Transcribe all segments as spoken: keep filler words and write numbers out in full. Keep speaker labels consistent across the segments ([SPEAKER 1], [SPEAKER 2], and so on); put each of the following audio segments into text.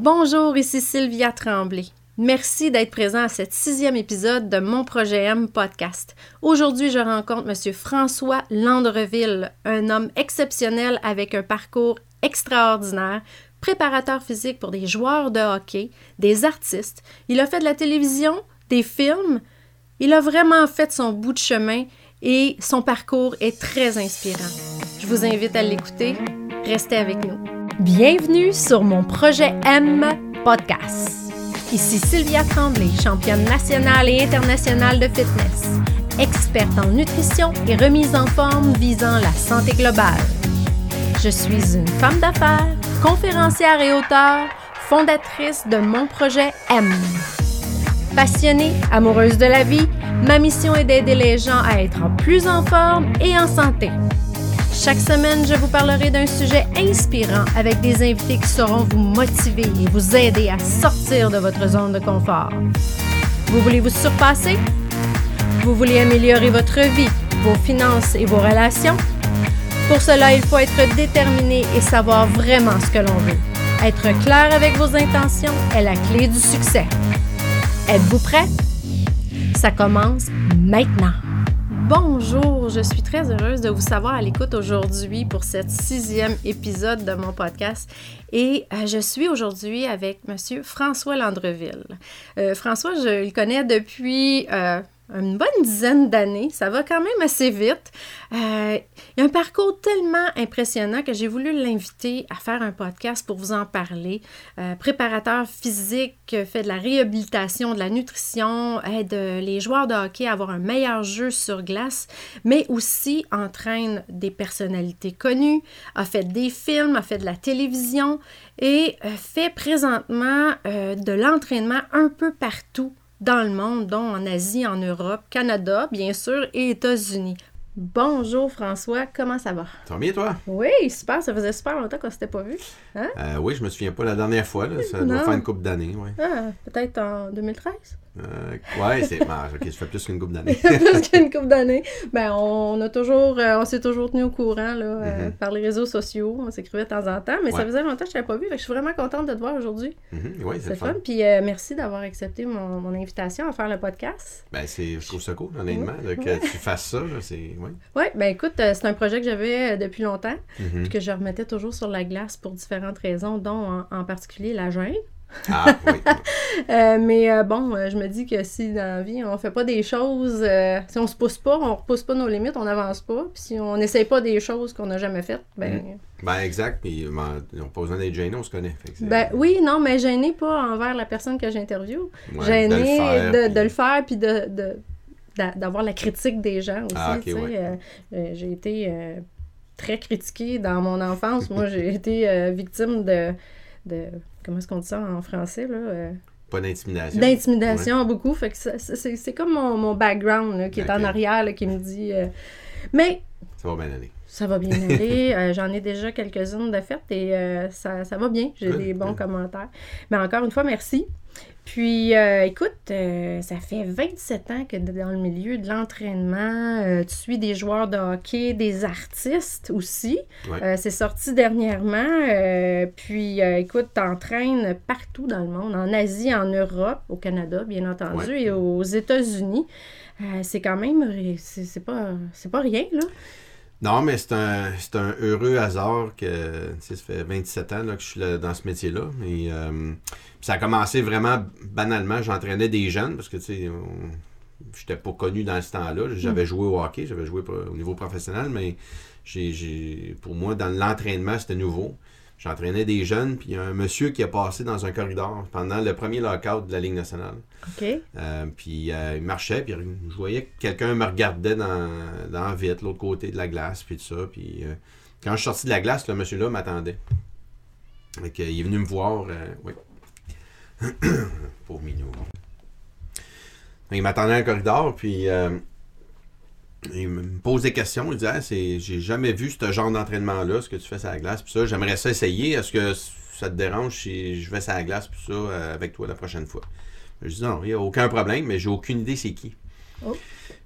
[SPEAKER 1] Bonjour, ici Sylvia Tremblay. Merci d'être présent à cet sixième épisode de Mon Projet M podcast. Aujourd'hui, je rencontre M. François Landreville, un homme exceptionnel avec un parcours extraordinaire, préparateur physique pour des joueurs de hockey, des artistes. Il a fait de la télévision, des films. Il a vraiment fait son bout de chemin et son parcours est très inspirant. Je vous invite à l'écouter. Restez avec nous. Bienvenue sur Mon Projet M podcast. Ici Sylvia Tremblay, championne nationale et internationale de fitness, experte en nutrition et remise en forme visant la santé globale. Je suis une femme d'affaires, conférencière et auteure, fondatrice de Mon Projet M. Passionnée, amoureuse de la vie, ma mission est d'aider les gens à être plus en forme et en santé. Chaque semaine, je vous parlerai d'un sujet inspirant avec des invités qui sauront vous motiver et vous aider à sortir de votre zone de confort. Vous voulez vous surpasser? Vous voulez améliorer votre vie, vos finances et vos relations? Pour cela, il faut être déterminé et savoir vraiment ce que l'on veut. Être clair avec vos intentions est la clé du succès. Êtes-vous prêts? Ça commence maintenant! Bonjour, je suis très heureuse de vous savoir à l'écoute aujourd'hui pour cet sixième épisode de mon podcast et euh, je suis aujourd'hui avec M. François Landreville. Euh, François, je le connais depuis euh, une bonne dizaine d'années, ça va quand même assez vite. Euh, il a un parcours tellement impressionnant que j'ai voulu l'inviter à faire un podcast pour vous en parler. Euh, préparateur physique, fait de la réhabilitation, de la nutrition, aide les joueurs de hockey à avoir un meilleur jeu sur glace, mais aussi entraîne des personnalités connues, a fait des films, a fait de la télévision et euh, fait présentement euh, de l'entraînement un peu partout dans le monde, dont en Asie, en Europe, Canada, bien sûr, et États-Unis. Bonjour François, comment ça va?
[SPEAKER 2] Ça va bien toi?
[SPEAKER 1] Oui, super, ça faisait super longtemps qu'on ne s'était pas vu. Hein?
[SPEAKER 2] Euh, oui, je me souviens pas la dernière fois, là. Ça
[SPEAKER 1] non.
[SPEAKER 2] doit faire une couple d'années. Ouais.
[SPEAKER 1] Ah, peut-être en deux mille treize?
[SPEAKER 2] Euh, oui, c'est. Ah, ok, ça fait plus qu'une couple d'années.
[SPEAKER 1] plus qu'une couple d'années. Ben, on a toujours, euh, on s'est toujours tenu au courant là, euh, mm-hmm. par les réseaux sociaux. On s'écrivait de temps en temps, mais ouais. ça faisait longtemps que je ne t'avais pas vu. Fait que je suis vraiment contente de te voir aujourd'hui.
[SPEAKER 2] Mm-hmm. Oui, c'est,
[SPEAKER 1] c'est fun. fun. Puis euh, merci d'avoir accepté mon, mon invitation à faire le podcast.
[SPEAKER 2] Ben, c'est, je trouve ça cool, honnêtement, oui. là, que tu fasses ça. Là, c'est... Oui,
[SPEAKER 1] ouais, ben écoute, euh, c'est un projet que j'avais euh, depuis longtemps,
[SPEAKER 2] mm-hmm.
[SPEAKER 1] puis que je remettais toujours sur la glace pour différentes raisons, dont en, en particulier la gêne.
[SPEAKER 2] Ah, oui.
[SPEAKER 1] euh, mais euh, bon, euh, je me dis que si dans la vie, on fait pas des choses, euh, si on se pousse pas, on repousse pas nos limites, on n'avance pas. Puis si on n'essaye pas des choses qu'on n'a jamais faites, ben...
[SPEAKER 2] Mm. Ben exact, puis ben, on n'a pas besoin d'être gêné, on se connaît. Fait que c'est...
[SPEAKER 1] Ben oui, non, mais gêné pas envers la personne que j'interviewe.
[SPEAKER 2] Ouais,
[SPEAKER 1] gêné
[SPEAKER 2] de le faire,
[SPEAKER 1] de,
[SPEAKER 2] puis...
[SPEAKER 1] de le faire, puis de, de, d'avoir la critique des gens aussi.
[SPEAKER 2] Ah, okay, ouais.
[SPEAKER 1] euh, euh, j'ai été euh, très critiquée dans mon enfance. Moi, j'ai été euh, victime de... de comment est-ce qu'on dit ça en français, là? Euh,
[SPEAKER 2] pas d'intimidation.
[SPEAKER 1] D'intimidation, ouais. beaucoup. Fait que ça, c'est, c'est comme mon, mon background là, qui okay. est en arrière, là, qui me dit... Euh, mais...
[SPEAKER 2] Ça va bien aller.
[SPEAKER 1] Ça va bien aller. euh, j'en ai déjà quelques-unes de faites et euh, ça, ça va bien. J'ai good, des bons good. commentaires. Mais encore une fois, merci. Puis, euh, écoute, euh, ça fait vingt-sept ans que dans le milieu de l'entraînement, euh, tu suis des joueurs de hockey, des artistes aussi.
[SPEAKER 2] Ouais.
[SPEAKER 1] Euh, c'est sorti dernièrement. Euh, puis, euh, écoute, tu entraînes partout dans le monde, en Asie, en Europe, au Canada, bien entendu, ouais. et aux États-Unis. Euh, c'est quand même, c'est, c'est, pas, c'est pas rien, là.
[SPEAKER 2] Non, mais c'est un, c'est un heureux hasard que, tu sais, ça fait vingt-sept ans là, que je suis là, dans ce métier-là. Et euh, ça a commencé vraiment banalement. J'entraînais des jeunes parce que, tu sais, je n'étais pas connu dans ce temps-là. J'avais mm. joué au hockey, j'avais joué au niveau professionnel, mais j'ai, j'ai, pour moi, dans l'entraînement, c'était nouveau. J'entraînais des jeunes, puis il y a un monsieur qui a passé dans un corridor pendant le premier lockout de la Ligue nationale.
[SPEAKER 1] OK.
[SPEAKER 2] Euh, puis euh, il marchait, puis je voyais que quelqu'un me regardait dans, dans la vitre, l'autre côté de la glace, puis tout ça. Puis euh, quand je suis sorti de la glace, le monsieur-là m'attendait. Fait que, il est venu me voir. Euh, oui. Pauvre minou. Il m'attendait dans le corridor, puis euh, il me pose des questions. Il dit ah, c'est, j'ai jamais vu ce genre d'entraînement-là, ce que tu fais sur la glace. Puis ça, j'aimerais ça essayer. Est-ce que ça te dérange si je vais sur la glace, puis ça, euh, avec toi la prochaine fois? Je dis non, il n'y a aucun problème, mais j'ai aucune idée c'est qui.
[SPEAKER 1] Oh.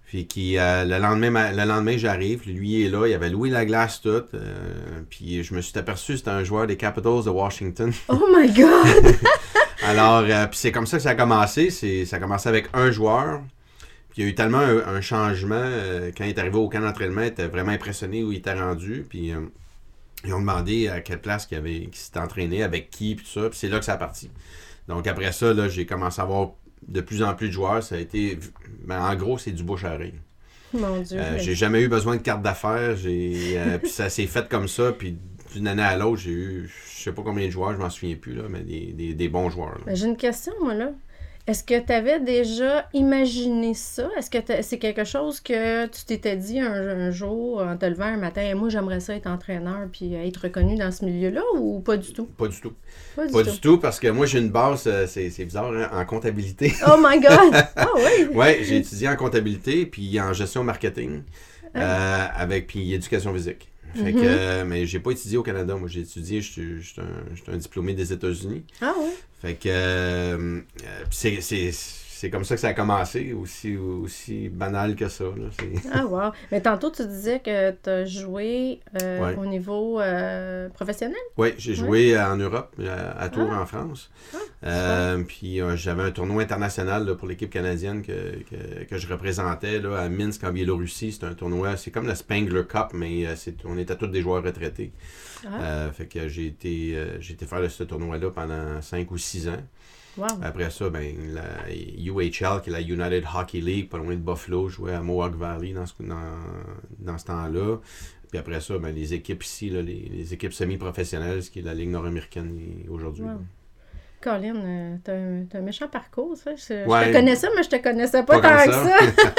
[SPEAKER 2] Puis qui, euh, le lendemain, le lendemain, j'arrive, lui il est là, il avait loué la glace toute. Euh, puis je me suis aperçu que c'était un joueur des Capitals de Washington.
[SPEAKER 1] Oh my God!
[SPEAKER 2] Alors, euh, puis c'est comme ça que ça a commencé. C'est, ça a commencé avec un joueur. Puis il y a eu tellement un, un changement. Euh, quand il est arrivé au camp d'entraînement, il était vraiment impressionné où il était rendu. Puis euh, ils ont demandé à quelle place qu'il, avait, qu'il s'était entraîné, avec qui, puis tout ça. Puis c'est là que ça a parti. Donc après ça, là, j'ai commencé à avoir de plus en plus de joueurs. Ça a été... Ben, en gros, c'est du bouche à oreille.
[SPEAKER 1] Mon Dieu.
[SPEAKER 2] Euh, j'ai jamais eu besoin de carte d'affaires. J'ai, euh, puis ça s'est fait comme ça. Puis d'une année à l'autre, j'ai eu, je sais pas combien de joueurs, je m'en souviens plus, là, mais des, des, des bons joueurs.
[SPEAKER 1] Ben, j'ai une question, moi, là. Est-ce que tu avais déjà imaginé ça? Est-ce que c'est quelque chose que tu t'étais dit un, un jour, en te levant un matin, hey, moi, j'aimerais ça être entraîneur puis être reconnu dans ce milieu-là, ou pas du tout?
[SPEAKER 2] Pas du tout.
[SPEAKER 1] Pas du
[SPEAKER 2] pas
[SPEAKER 1] tout.
[SPEAKER 2] du tout, parce que moi, j'ai une base, c'est, c'est bizarre, hein, en comptabilité.
[SPEAKER 1] Oh my God! Ah oui!
[SPEAKER 2] Oui, j'ai étudié en comptabilité puis en gestion marketing, ah. euh, avec puis éducation physique. Fait mm-hmm. que, euh, mais j'ai pas étudié au Canada. Moi, j'ai étudié, je suis un, un diplômé des États-Unis.
[SPEAKER 1] Ah oui?
[SPEAKER 2] Fait que, euh, c'est, c'est, c'est comme ça que ça a commencé, aussi, aussi banal que ça. Là. C'est...
[SPEAKER 1] Ah wow! Mais tantôt, tu disais que tu as joué euh, ouais. au niveau euh, professionnel?
[SPEAKER 2] Oui, j'ai joué ouais. en Europe, à, à Tours, ah. en France. Ah, euh, puis euh, j'avais un tournoi international là, pour l'équipe canadienne que, que, que je représentais là, à Minsk, en Biélorussie. C'est un tournoi, c'est comme le Spengler Cup, mais euh, c'est, on était tous des joueurs retraités. Ah. Euh, fait que j'ai été, euh, j'ai été faire ce tournoi-là pendant cinq ou six ans.
[SPEAKER 1] Wow.
[SPEAKER 2] Après ça, ben, la U H L, qui est la United Hockey League, pas loin de Buffalo, je jouais à Mohawk Valley dans ce, dans, dans ce temps-là. Puis après ça, ben, les équipes ici, là, les, les équipes semi-professionnelles, ce qui est la Ligue nord-américaine aujourd'hui. Wow.
[SPEAKER 1] Colin, euh, t'as, un, t'as un méchant parcours, ça. Je,
[SPEAKER 2] ouais.
[SPEAKER 1] je te connaissais, mais je te connaissais pas, pas tant que ça. ça.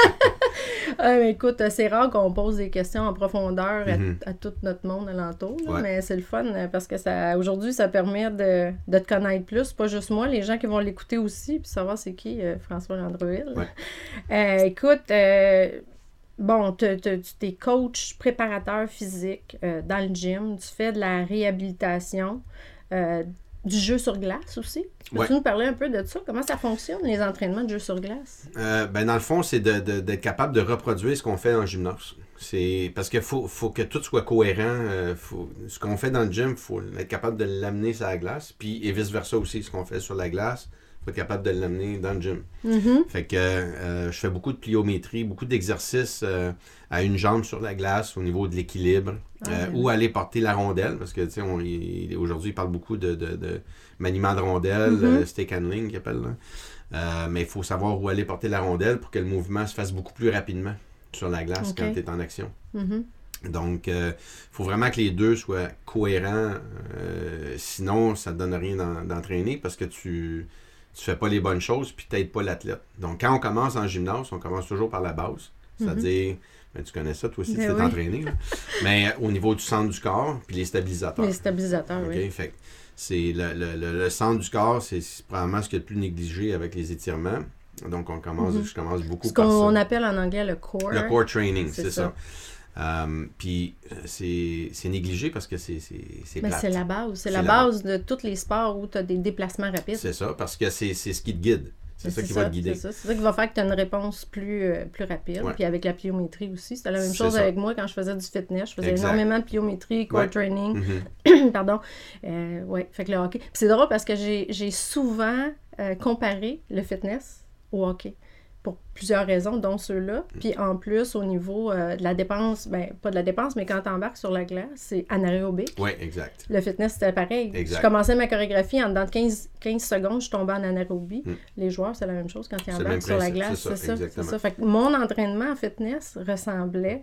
[SPEAKER 1] ah, mais écoute, c'est rare qu'on pose des questions en profondeur à, mm-hmm. à tout notre monde alentour, là, ouais. mais c'est le fun parce que ça aujourd'hui, ça permet de, de te connaître plus. Pas juste moi, les gens qui vont l'écouter aussi, puis savoir c'est qui euh, François Landreville.
[SPEAKER 2] Ouais.
[SPEAKER 1] Euh, écoute, euh, bon, tu es coach, préparateur physique euh, dans le gym, tu fais de la réhabilitation. Euh, Du jeu sur glace aussi. Peux-tu ouais. nous parler un peu de ça? Comment ça fonctionne, les entraînements de jeu sur glace?
[SPEAKER 2] Euh, ben dans le fond, c'est de, de, d'être capable de reproduire ce qu'on fait en gymnase. C'est parce qu'il faut, faut que tout soit cohérent. Euh, faut, ce qu'on fait dans le gym, il faut être capable de l'amener sur la glace. Puis, et vice-versa aussi, ce qu'on fait sur la glace, il faut être capable de l'amener dans le gym.
[SPEAKER 1] Mm-hmm.
[SPEAKER 2] Fait que euh, je fais beaucoup de pliométrie, beaucoup d'exercices euh, à une jambe sur la glace au niveau de l'équilibre. Ah, euh, ou aller porter la rondelle, parce que tu sais, on, il, aujourd'hui, il parle beaucoup de, de, de maniement de rondelle, mm-hmm. euh, stick handling, qu'il appelle là. Euh, mais il faut savoir où aller porter la rondelle pour que le mouvement se fasse beaucoup plus rapidement sur la glace okay. quand tu es en action.
[SPEAKER 1] Mm-hmm.
[SPEAKER 2] Donc, il euh, faut vraiment que les deux soient cohérents, euh, sinon, ça ne te donne rien d'en, d'entraîner parce que tu tu fais pas les bonnes choses puis tu n'aides pas l'athlète. Donc, quand on commence en gymnase, on commence toujours par la base, c'est-à-dire... Mm-hmm. Ben, tu connais ça, toi aussi, ben tu t'es oui. entraîné. Là. Mais euh, au niveau du centre du corps, puis les stabilisateurs.
[SPEAKER 1] Les stabilisateurs, okay?
[SPEAKER 2] oui. Fait, c'est le, le, le, le centre du corps, c'est, c'est probablement ce qu'il y a de plus négligé avec les étirements. Donc, on commence, mm-hmm. je commence beaucoup
[SPEAKER 1] ce
[SPEAKER 2] par ça.
[SPEAKER 1] Ce qu'on appelle en anglais le core.
[SPEAKER 2] Le core training, c'est, c'est
[SPEAKER 1] ça.
[SPEAKER 2] ça. Um, puis, c'est, c'est négligé parce que c'est, c'est, c'est
[SPEAKER 1] Mais
[SPEAKER 2] plate.
[SPEAKER 1] c'est la base. C'est, c'est la, la base, base de tous les sports où tu as des déplacements rapides.
[SPEAKER 2] C'est ça, parce que c'est, c'est ce qui te guide. C'est, c'est ça qui ça, va te guider.
[SPEAKER 1] C'est ça. c'est ça qui va faire que tu as une réponse plus, euh, plus rapide. Ouais. Puis avec la pliométrie aussi. C'était la même chose c'est avec ça. Moi quand je faisais du fitness. Je faisais exact. Énormément de pliométrie, core ouais. training. Mm-hmm. Pardon. Euh, ouais, fait que le hockey. Puis c'est drôle parce que j'ai, j'ai souvent euh, comparé le fitness au hockey. Pour plusieurs raisons, dont ceux-là. Puis en plus, au niveau euh, de la dépense, ben pas de la dépense, mais quand tu embarques sur la glace, c'est anaérobique.
[SPEAKER 2] Oui, exact.
[SPEAKER 1] Le fitness, c'était pareil.
[SPEAKER 2] Exact.
[SPEAKER 1] Je commençais ma chorégraphie, en dedans de quinze, quinze secondes, je tombais en anaérobie. Mm. Les joueurs, c'est la même chose quand ils embarquent sur la glace.
[SPEAKER 2] C'est ça,
[SPEAKER 1] c'est ça, c'est ça. Fait que mon entraînement en fitness ressemblait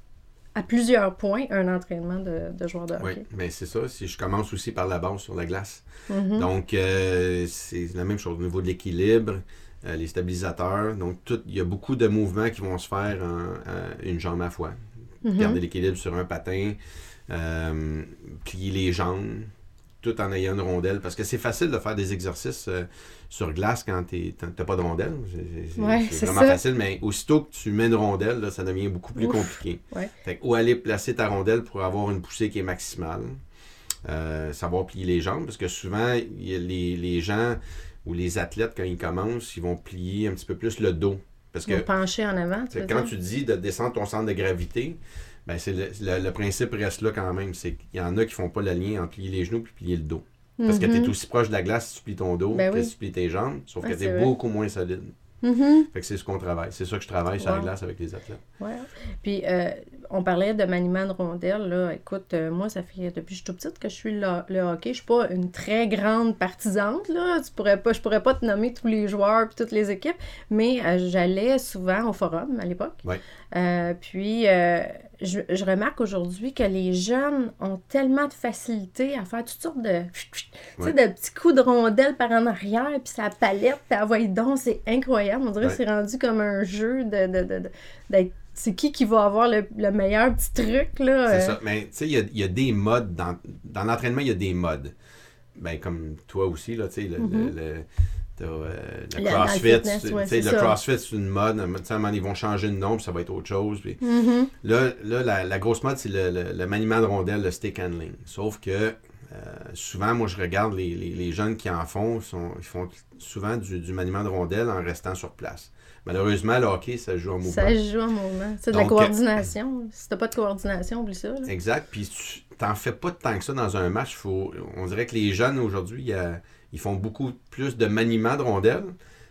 [SPEAKER 1] à plusieurs points à un entraînement de, de joueur de hockey.
[SPEAKER 2] Oui, mais c'est ça. Si je commence aussi par la base sur la glace.
[SPEAKER 1] Mm-hmm.
[SPEAKER 2] Donc, euh, c'est la même chose au niveau de l'équilibre. Euh, les stabilisateurs. Donc, tout, il y a beaucoup de mouvements qui vont se faire en, en une jambe à la fois. Mm-hmm. Garder l'équilibre sur un patin, euh, plier les jambes, tout en ayant une rondelle. Parce que c'est facile de faire des exercices euh, sur glace quand tu n'as pas de rondelle. C'est, c'est,
[SPEAKER 1] ouais,
[SPEAKER 2] c'est,
[SPEAKER 1] c'est
[SPEAKER 2] vraiment
[SPEAKER 1] ça.
[SPEAKER 2] facile, mais aussitôt que tu mets une rondelle, là, ça devient beaucoup plus Ouf. compliqué.
[SPEAKER 1] Ouais.
[SPEAKER 2] Fait que, où aller placer ta rondelle pour avoir une poussée qui est maximale. Euh, savoir plier les jambes, parce que souvent, y a les, les gens... ou les athlètes, quand ils commencent, ils vont plier un petit peu plus le dos Parce que
[SPEAKER 1] pencher en avant. Tu
[SPEAKER 2] quand tu dis de descendre ton centre de gravité, ben c'est le, le, le principe reste là quand même. C'est qu'il y en a qui font pas le lien entre plier les genoux et plier le dos. Parce mm-hmm. que tu es aussi proche de la glace si tu plies ton dos ben que oui. si tu plies tes jambes, sauf ouais, que tu es beaucoup moins solide.
[SPEAKER 1] Mm-hmm.
[SPEAKER 2] Fait que c'est ce qu'on travaille. C'est ça que je travaille sur wow. la glace avec les athlètes.
[SPEAKER 1] Ouais. Puis, euh, on parlait de maniement de rondelle. Là. Écoute, euh, moi, ça fait depuis que je suis toute petite que je suis le, le hockey. Je suis pas une très grande partisane. Là. Tu pourrais pas, je pourrais pas te nommer tous les joueurs et toutes les équipes, mais euh, j'allais souvent au forum à l'époque.
[SPEAKER 2] Ouais.
[SPEAKER 1] Euh, puis, euh, je, je remarque aujourd'hui que les jeunes ont tellement de facilité à faire toutes sortes de, ouais. de petits coups de rondelle par en arrière, puis ça palette, puis envoyer donc, c'est incroyable. On dirait ouais. que c'est rendu comme un jeu de, de, de, de, d'être c'est qui qui va avoir le, le meilleur petit truc, là?
[SPEAKER 2] C'est euh... ça. Mais tu sais, il y, y a des modes. Dans, dans l'entraînement, il y a des modes. Ben, comme toi aussi, là, tu sais, le, mm-hmm. le, le, euh, le
[SPEAKER 1] la,
[SPEAKER 2] CrossFit.
[SPEAKER 1] Le, fitness, ouais,
[SPEAKER 2] le
[SPEAKER 1] ça.
[SPEAKER 2] CrossFit, c'est une mode. Tu sais, ils vont changer de nom, puis ça va être autre chose. Puis
[SPEAKER 1] mm-hmm.
[SPEAKER 2] Là, là la, la grosse mode, c'est le, le, le maniement de rondelle, le stick handling. Sauf que euh, souvent, moi, je regarde les, les, les jeunes qui en font. Sont, ils font souvent du, du maniement de rondelle en restant sur place. Malheureusement, le hockey, ça joue en mouvement.
[SPEAKER 1] Ça joue en mouvement. C'est de Donc, la coordination. Euh, si t'as pas de coordination, oublie ça. Là.
[SPEAKER 2] Exact. Puis tu t'en fais pas tant que ça dans un match. Faut, on dirait que les jeunes, aujourd'hui, il y a, ils font beaucoup plus de maniement de rondelle,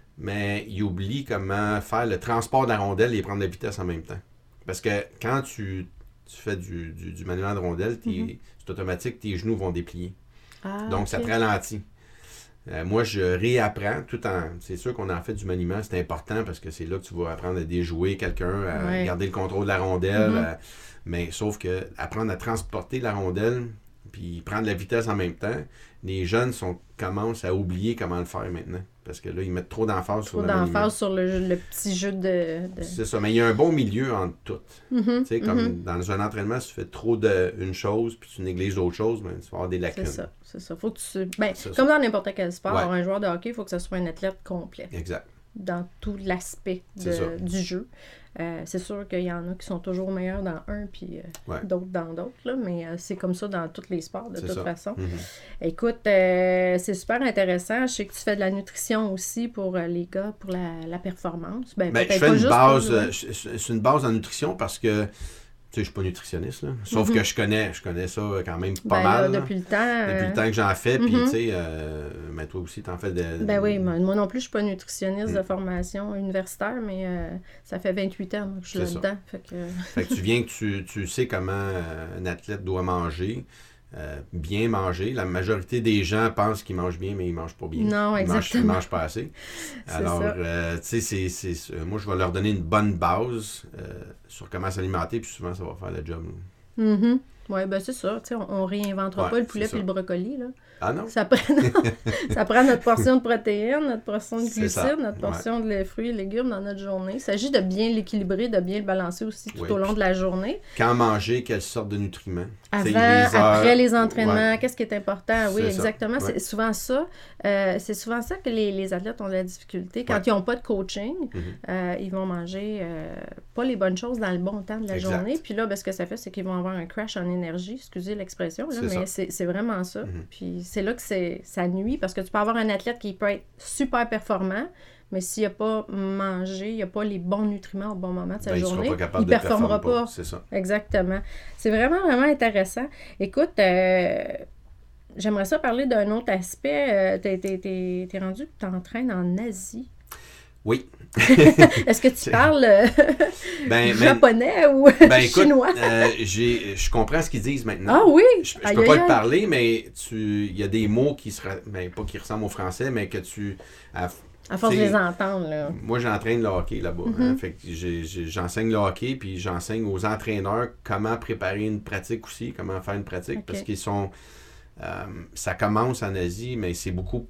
[SPEAKER 2] mais ils oublient comment faire le transport de la rondelle et prendre la vitesse en même temps. Parce que quand tu, tu fais du, du, du maniement de rondelle, mm-hmm. c'est automatique, tes genoux vont déplier.
[SPEAKER 1] Ah,
[SPEAKER 2] Donc,
[SPEAKER 1] okay.
[SPEAKER 2] ça te ralentit. Euh, moi, je réapprends tout en... C'est sûr qu'on en fait du maniement, c'est important parce que c'est là que tu vas apprendre à déjouer quelqu'un, à ouais. garder le contrôle de la rondelle. Mm-hmm. à... Mais sauf que apprendre à transporter la rondelle puis prendre la vitesse en même temps, les jeunes sont, commencent à oublier comment le faire maintenant. Parce que là, ils mettent trop d'emphase
[SPEAKER 1] trop
[SPEAKER 2] sur le maniement.
[SPEAKER 1] Trop d'emphase sur le, le petit jeu de, de...
[SPEAKER 2] C'est ça, mais il y a un bon milieu entre toutes.
[SPEAKER 1] Mm-hmm.
[SPEAKER 2] Tu sais, comme
[SPEAKER 1] mm-hmm.
[SPEAKER 2] dans un entraînement, si tu fais trop d'une chose puis tu négliges d'autres choses, ben, tu vas avoir des lacunes.
[SPEAKER 1] C'est ça, c'est ça. Faut que tu... ben,
[SPEAKER 2] c'est
[SPEAKER 1] comme
[SPEAKER 2] ça.
[SPEAKER 1] dans n'importe quel sport,
[SPEAKER 2] ouais.
[SPEAKER 1] un joueur de hockey, il faut que ce soit un athlète complet.
[SPEAKER 2] Exact.
[SPEAKER 1] Dans tout l'aspect de, du jeu. Euh, c'est sûr qu'il y en a qui sont toujours meilleurs dans un puis euh,
[SPEAKER 2] ouais.
[SPEAKER 1] d'autres dans d'autres, là, mais euh, c'est comme ça dans tous les sports, de
[SPEAKER 2] c'est
[SPEAKER 1] toute
[SPEAKER 2] ça.
[SPEAKER 1] façon.
[SPEAKER 2] Mm-hmm.
[SPEAKER 1] Écoute, euh, c'est super intéressant. Je sais que tu fais de la nutrition aussi pour euh, les gars, pour la, la performance. Ben,
[SPEAKER 2] ben, je fais une base, euh, c'est une base en nutrition parce que tu sais, je suis pas nutritionniste, là. Sauf mm-hmm. que je connais, je connais ça quand même pas
[SPEAKER 1] ben,
[SPEAKER 2] mal.
[SPEAKER 1] Là, depuis le temps.
[SPEAKER 2] Depuis
[SPEAKER 1] euh...
[SPEAKER 2] le temps que j'en fais, puis
[SPEAKER 1] mm-hmm.
[SPEAKER 2] tu sais, euh, ben, toi aussi, t'en fais de...
[SPEAKER 1] Ben oui, moi, moi non plus, je suis pas nutritionniste mm. de formation universitaire, mais euh, ça fait vingt-huit ans que je suis là-dedans. Fait que...
[SPEAKER 2] fait que tu viens que tu, tu sais comment euh, un athlète doit manger, euh, bien manger. La majorité des gens pensent qu'ils mangent bien, mais ils mangent pas bien.
[SPEAKER 1] Non,
[SPEAKER 2] ils
[SPEAKER 1] exactement.
[SPEAKER 2] Mangent, ils mangent pas assez. Alors, euh, tu sais, c'est, c'est, moi, je vais leur donner une bonne base euh, sur comment s'alimenter, puis souvent, ça va faire le job.
[SPEAKER 1] Mm-hmm. Oui, ben c'est ça. Tu sais, on, on réinventera
[SPEAKER 2] ouais,
[SPEAKER 1] pas le poulet puis le brocoli, là.
[SPEAKER 2] Ah non?
[SPEAKER 1] Ça prend, ça prend notre portion de protéines, notre portion de glucides,
[SPEAKER 2] ça.
[SPEAKER 1] notre portion
[SPEAKER 2] ouais.
[SPEAKER 1] de fruits et légumes dans notre journée. Il s'agit de bien l'équilibrer, de bien le balancer aussi tout
[SPEAKER 2] oui,
[SPEAKER 1] au long de la journée.
[SPEAKER 2] Quand manger, quelle sorte de nutriments?
[SPEAKER 1] Avant, les heures... après les entraînements, ouais. qu'est-ce qui est important? Oui,
[SPEAKER 2] c'est
[SPEAKER 1] exactement.
[SPEAKER 2] Ouais.
[SPEAKER 1] C'est souvent ça. Euh, c'est souvent ça que les, les athlètes ont de la difficulté. Quand ouais. ils n'ont pas de coaching, mm-hmm. euh, ils vont manger euh, pas les bonnes choses dans le bon temps de la
[SPEAKER 2] exact.
[SPEAKER 1] journée. Puis là, ben, ce que ça fait, c'est qu'ils vont avoir un crash en énergie, excusez l'expression, là,
[SPEAKER 2] c'est
[SPEAKER 1] mais c'est, c'est vraiment ça.
[SPEAKER 2] Mm-hmm.
[SPEAKER 1] Puis c'est là que c'est, ça nuit parce que tu peux avoir un athlète qui peut être super performant, mais s'il n'a pas mangé, il n'a pas les bons nutriments au bon moment de sa
[SPEAKER 2] ben,
[SPEAKER 1] journée,
[SPEAKER 2] il ne
[SPEAKER 1] performera pas.
[SPEAKER 2] pas. C'est ça.
[SPEAKER 1] Exactement. C'est vraiment, vraiment intéressant. Écoute, euh, j'aimerais ça parler d'un autre aspect. Euh, t'es, t'es, t'es, t'es rendu que tu t'entraînes en Asie.
[SPEAKER 2] Oui.
[SPEAKER 1] Est-ce que tu parles euh,
[SPEAKER 2] ben,
[SPEAKER 1] japonais
[SPEAKER 2] ben,
[SPEAKER 1] ou
[SPEAKER 2] ben, écoute,
[SPEAKER 1] chinois?
[SPEAKER 2] euh, j'ai, je comprends ce qu'ils disent maintenant.
[SPEAKER 1] Ah oui?
[SPEAKER 2] Je, je peux pas te parler, mais il y a des mots qui se, ben, pas qui ressemblent au français, mais que tu... À,
[SPEAKER 1] à force de les entendre, là.
[SPEAKER 2] Moi, j'entraîne le hockey là-bas.
[SPEAKER 1] Mm-hmm.
[SPEAKER 2] Hein, fait que j'ai, j'ai, j'enseigne le hockey, puis j'enseigne aux entraîneurs comment préparer une pratique aussi, comment faire une pratique, okay. parce qu'ils sont... Euh, ça commence en Asie, mais c'est beaucoup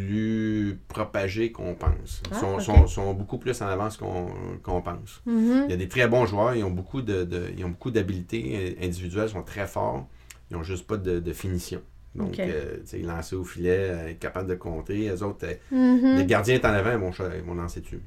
[SPEAKER 2] plus propagés qu'on pense. Ils ah, sont, okay. sont, sont beaucoup plus en avance qu'on, qu'on pense.
[SPEAKER 1] Mm-hmm.
[SPEAKER 2] Il y a des très bons joueurs, ils ont beaucoup de, de ils ont beaucoup d'habiletés individuelles, ils sont très forts, ils n'ont juste pas de, de finition. Donc, okay. euh, tu sais, lancer au filet, euh, être capable de compter. Les autres, euh, mm-hmm. le gardien est en avant, ils vont, ils vont lancer dessus.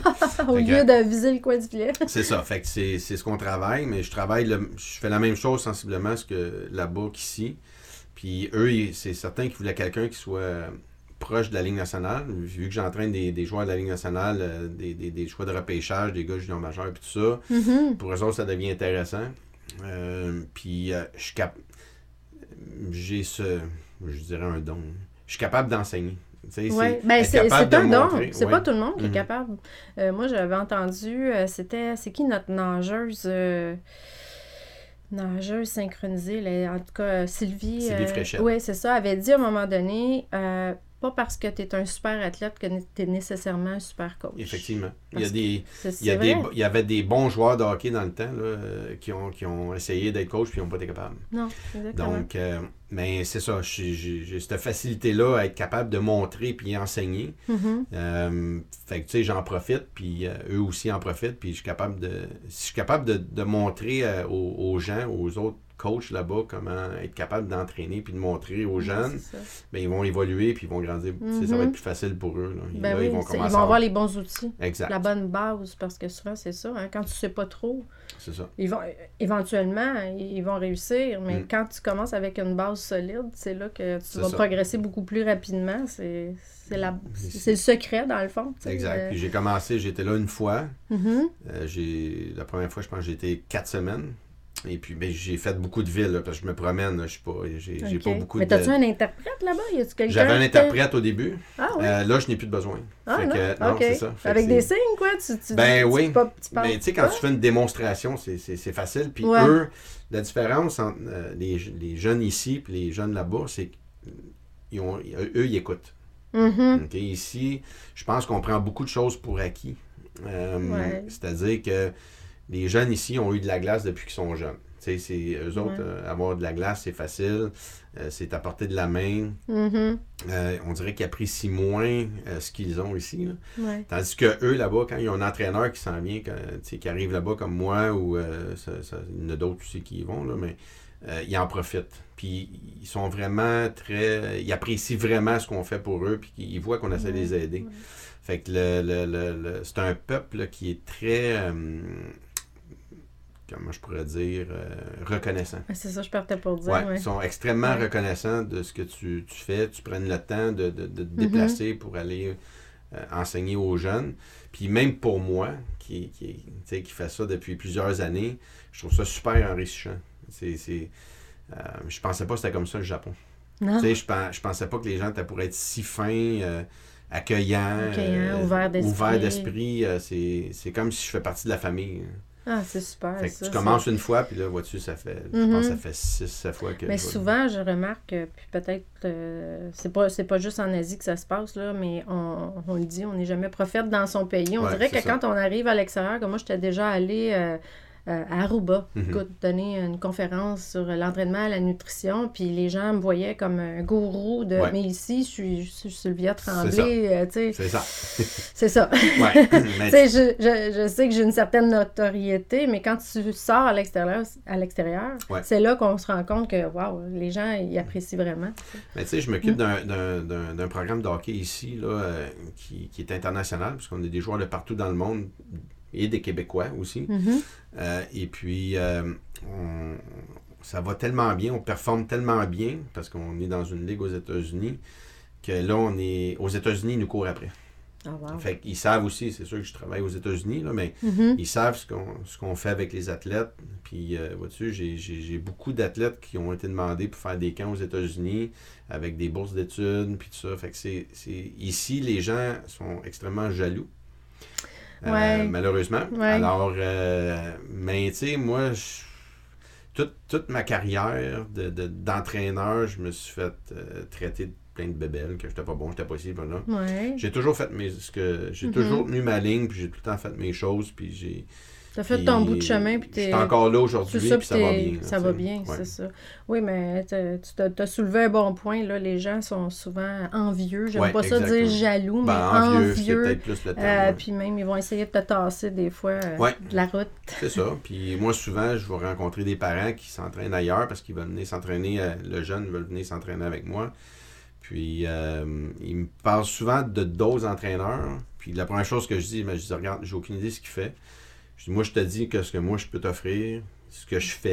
[SPEAKER 1] Au lieu que, de viser le coin du filet.
[SPEAKER 2] C'est ça. Fait que c'est, c'est ce qu'on travaille, mais je travaille, le, je fais la même chose sensiblement ce que là-bas qu'ici. Puis eux, c'est certain qu'ils voulaient quelqu'un qui soit proche de la Ligue nationale. Vu que j'entraîne des, des joueurs de la Ligue nationale, euh, des, des, des choix de repêchage, des gars juniors majeurs et tout ça,
[SPEAKER 1] Mm-hmm.
[SPEAKER 2] pour eux autres, ça devient intéressant. Euh, puis, euh, je suis cap... j'ai ce, je dirais un don. Je suis capable d'enseigner. Tu sais,
[SPEAKER 1] Ouais.
[SPEAKER 2] c'est,
[SPEAKER 1] Ben,
[SPEAKER 2] être
[SPEAKER 1] c'est,
[SPEAKER 2] capable
[SPEAKER 1] c'est un
[SPEAKER 2] de
[SPEAKER 1] don.
[SPEAKER 2] montrer,
[SPEAKER 1] C'est
[SPEAKER 2] ouais.
[SPEAKER 1] pas tout le monde qui est
[SPEAKER 2] Mhm.
[SPEAKER 1] capable. Euh, moi, j'avais entendu, euh, c'était, c'est qui notre nageuse, euh, nageuse synchronisée, là, en tout cas, euh, Sylvie.
[SPEAKER 2] Sylvie Fréchette.
[SPEAKER 1] Oui, c'est ça, avait dit à un moment donné, euh, pas parce que tu es un super athlète que tu es nécessairement un super coach.
[SPEAKER 2] Effectivement. Il y, a
[SPEAKER 1] Parce
[SPEAKER 2] des,
[SPEAKER 1] C'est, c'est
[SPEAKER 2] il, y a des,
[SPEAKER 1] vrai.
[SPEAKER 2] il y avait des bons joueurs de hockey dans le temps là, euh, qui, ont, qui ont essayé d'être coach puis qui n'ont pas été capables.
[SPEAKER 1] Non, exactement.
[SPEAKER 2] Donc, euh, mais c'est ça, j'ai, j'ai, j'ai cette facilité-là à être capable de montrer puis enseigner.
[SPEAKER 1] Mhm.
[SPEAKER 2] Euh, fait que, tu sais, j'en profite, puis euh, eux aussi en profitent, puis je suis capable de, si je suis capable de, de montrer euh, aux, aux gens, aux autres coachs là-bas, comment être capable d'entraîner puis de montrer aux jeunes,
[SPEAKER 1] Ouais, c'est ça.
[SPEAKER 2] ben, ils vont évoluer puis ils vont grandir. Tu sais, ça va
[SPEAKER 1] Mhm.
[SPEAKER 2] être plus facile pour eux. Là. Et
[SPEAKER 1] Ben
[SPEAKER 2] là,
[SPEAKER 1] oui,
[SPEAKER 2] ils vont
[SPEAKER 1] c'est-
[SPEAKER 2] commencer
[SPEAKER 1] ils vont
[SPEAKER 2] à...
[SPEAKER 1] avoir les bons outils,
[SPEAKER 2] Exact,
[SPEAKER 1] la bonne base, parce que souvent, c'est ça. Hein, quand tu sais pas trop,
[SPEAKER 2] c'est ça.
[SPEAKER 1] ils vont, éventuellement, ils vont réussir, mais
[SPEAKER 2] Mm.
[SPEAKER 1] quand tu commences avec une base solide, c'est là que tu
[SPEAKER 2] C'est
[SPEAKER 1] vas
[SPEAKER 2] ça.
[SPEAKER 1] progresser beaucoup plus rapidement. C'est, c'est, la,
[SPEAKER 2] C'est-
[SPEAKER 1] c'est le secret, dans le fond. tu sais.
[SPEAKER 2] Exact.
[SPEAKER 1] Euh,
[SPEAKER 2] Puis j'ai commencé, j'étais là une fois.
[SPEAKER 1] mhm.
[SPEAKER 2] Euh, j'ai, la première fois, je pense que j'ai été quatre semaines. Et puis, ben, j'ai fait beaucoup de villes, là, parce que je me promène. Là, je suis pas, j'ai, j'ai
[SPEAKER 1] Ok.
[SPEAKER 2] pas beaucoup
[SPEAKER 1] Mais
[SPEAKER 2] de...
[SPEAKER 1] t'as-tu un interprète là-bas? Y a-tu quelqu'un
[SPEAKER 2] J'avais un
[SPEAKER 1] qui t'a-
[SPEAKER 2] interprète au début.
[SPEAKER 1] Ah oui?
[SPEAKER 2] Euh, là, je n'ai plus de besoin.
[SPEAKER 1] ah
[SPEAKER 2] Fait
[SPEAKER 1] non?
[SPEAKER 2] que- non,
[SPEAKER 1] ok.
[SPEAKER 2] c'est ça. Fait que
[SPEAKER 1] Avec
[SPEAKER 2] c'est-
[SPEAKER 1] des signes, quoi? Tu, tu,
[SPEAKER 2] Ben
[SPEAKER 1] tu-
[SPEAKER 2] oui.
[SPEAKER 1] tu pas- tu parles
[SPEAKER 2] Mais tu sais, quand
[SPEAKER 1] pas?
[SPEAKER 2] tu fais une démonstration, c'est, c'est, c'est facile. Puis
[SPEAKER 1] Ouais.
[SPEAKER 2] eux, la différence entre euh, les, les jeunes ici et les jeunes là-bas, c'est qu'eux, eux, ils écoutent.
[SPEAKER 1] Mhm.
[SPEAKER 2] OK? Ici, je pense qu'on prend beaucoup de choses pour acquis. Euh,
[SPEAKER 1] Ouais.
[SPEAKER 2] C'est-à-dire que les jeunes ici ont eu de la glace depuis qu'ils sont jeunes. Tu sais, c'est, eux autres,
[SPEAKER 1] Ouais.
[SPEAKER 2] euh, avoir de la glace, c'est facile. Euh, c'est à portée de la main.
[SPEAKER 1] Mhm.
[SPEAKER 2] Euh, on dirait qu'ils apprécient moins euh, ce qu'ils ont ici. Là.
[SPEAKER 1] Ouais.
[SPEAKER 2] Tandis que eux, là-bas, quand ils ont un entraîneur qui s'en vient, quand, tu sais, qui arrive là-bas comme moi, ou euh, ça, ça- il y en a d'autres aussi qui y vont, là, mais euh, ils en profitent. Puis ils sont vraiment très... Ils apprécient vraiment ce qu'on fait pour eux, puis ils voient qu'on essaie de les aider.
[SPEAKER 1] Ouais.
[SPEAKER 2] Fait que le, le, le, le- c'est un peuple là, qui est très... euh, comment je pourrais dire, euh, reconnaissant.
[SPEAKER 1] Ah, c'est ça, je partais pour dire.
[SPEAKER 2] Ouais,
[SPEAKER 1] ouais.
[SPEAKER 2] Ils sont extrêmement
[SPEAKER 1] Ouais.
[SPEAKER 2] reconnaissants de ce que tu, tu fais. Tu prennes le temps de, de, de te déplacer pour aller euh, enseigner aux jeunes. Puis même pour moi, qui, qui, tu sais, qui fait ça depuis plusieurs années, je trouve ça super enrichissant. C'est, c'est, euh, je pensais pas que c'était comme ça le Japon.
[SPEAKER 1] Non.
[SPEAKER 2] Tu sais, je, pen- je pensais pas que les gens étaient pour être si fins, euh, accueillants,
[SPEAKER 1] Accueillants, ouverts d'esprit.
[SPEAKER 2] ouverts d'esprit. Euh, c'est, c'est comme si je fais partie de la famille.
[SPEAKER 1] Ah, c'est super.
[SPEAKER 2] Fait que
[SPEAKER 1] ça,
[SPEAKER 2] tu
[SPEAKER 1] c'est-
[SPEAKER 2] commences une fois, puis là, vois-tu, ça fait, je
[SPEAKER 1] Mhm.
[SPEAKER 2] pense que ça fait six, sept fois que
[SPEAKER 1] Mais
[SPEAKER 2] je vais-
[SPEAKER 1] souvent, je remarque, euh, puis peut-être, euh, c'est pas c'est pas juste en Asie que ça se passe, là, mais on, on le dit, on n'est jamais prophète dans son pays. On
[SPEAKER 2] Ouais,
[SPEAKER 1] dirait
[SPEAKER 2] c'est
[SPEAKER 1] que
[SPEAKER 2] ça.
[SPEAKER 1] quand on arrive à l'extérieur, comme moi, j'étais déjà allée euh, euh, à Aruba,
[SPEAKER 2] Mhm.
[SPEAKER 1] écoute, donner une conférence sur l'entraînement à la nutrition, puis les gens me voyaient comme un gourou de...
[SPEAKER 2] Ouais.
[SPEAKER 1] Mais ici, je suis, je suis Sylvia
[SPEAKER 2] ça.
[SPEAKER 1] Tremblay, euh, tu sais,
[SPEAKER 2] C'est ça.
[SPEAKER 1] c'est ça.
[SPEAKER 2] Ouais. Mais
[SPEAKER 1] Tu sais, je, je, je sais que j'ai une certaine notoriété, mais quand tu sors à l'extérieur, à l'extérieur,
[SPEAKER 2] Ouais.
[SPEAKER 1] c'est là qu'on se rend compte que, waouh, les gens, ils apprécient vraiment.
[SPEAKER 2] mais tu sais, je m'occupe d'un, d'un, d'un, d'un programme de hockey ici, là, euh, qui, qui est international, parce qu'on a des joueurs de partout dans le monde, et des Québécois aussi.
[SPEAKER 1] Mhm.
[SPEAKER 2] Euh, et puis, euh, on- ça va tellement bien, on performe tellement bien, parce qu'on est dans une ligue aux États-Unis, que là, on est aux États-Unis, ils nous courent après.
[SPEAKER 1] Ah, wow.
[SPEAKER 2] Fait qu'ils savent aussi, c'est sûr que je travaille aux États-Unis, là, mais
[SPEAKER 1] Mhm.
[SPEAKER 2] ils savent ce qu'on, ce qu'on fait avec les athlètes. Puis, euh, vois-tu, j'ai, j'ai, j'ai beaucoup d'athlètes qui ont été demandés pour faire des camps aux États-Unis avec des bourses d'études, puis tout ça. Fait que c'est, c'est... Ici, les gens sont extrêmement jaloux. Euh,
[SPEAKER 1] Ouais.
[SPEAKER 2] malheureusement.
[SPEAKER 1] Ouais.
[SPEAKER 2] Alors, euh, mais tu sais, moi, je- toute, toute ma carrière de, de- d'entraîneur, je me suis fait euh, traiter de plein de bébelles, que j'étais pas bon, j'étais pas ci, pas là.
[SPEAKER 1] Ouais.
[SPEAKER 2] J'ai toujours fait mes... Ce que, j'ai
[SPEAKER 1] Mhm.
[SPEAKER 2] toujours tenu ma ligne, puis j'ai tout le temps fait mes choses, puis j'ai...
[SPEAKER 1] T'as fait
[SPEAKER 2] puis
[SPEAKER 1] ton bout de chemin, puis
[SPEAKER 2] Je
[SPEAKER 1] t'es...
[SPEAKER 2] suis encore là
[SPEAKER 1] C'est
[SPEAKER 2] aujourd'hui,
[SPEAKER 1] ça,
[SPEAKER 2] puis ça va bien. là,
[SPEAKER 1] ça
[SPEAKER 2] tu
[SPEAKER 1] va
[SPEAKER 2] sais.
[SPEAKER 1] bien,
[SPEAKER 2] Ouais.
[SPEAKER 1] c'est ça. Oui, mais t'as- tu t'as, t'as soulevé un bon point, là. Les gens sont souvent envieux. J'aime
[SPEAKER 2] Ouais,
[SPEAKER 1] pas ça dire
[SPEAKER 2] exactement.
[SPEAKER 1] jaloux,
[SPEAKER 2] Ben,
[SPEAKER 1] mais
[SPEAKER 2] envieux, c'est
[SPEAKER 1] envieux.
[SPEAKER 2] peut-être plus le terme.
[SPEAKER 1] Euh,
[SPEAKER 2] ouais.
[SPEAKER 1] puis même, ils vont essayer de te tasser des fois euh,
[SPEAKER 2] Ouais.
[SPEAKER 1] de la route.
[SPEAKER 2] C'est ça. Puis moi, souvent, je vais rencontrer des parents qui s'entraînent ailleurs parce qu'ils veulent venir s'entraîner, euh, le jeune veut venir s'entraîner avec moi. Puis, euh, ils me parlent souvent de d'autres entraîneurs. Puis la première chose que je dis, ben, je dis, regarde, j'ai aucune idée de ce qu'il fait. Je dis, moi, je te dis que ce que moi, je peux t'offrir, ce que je fais,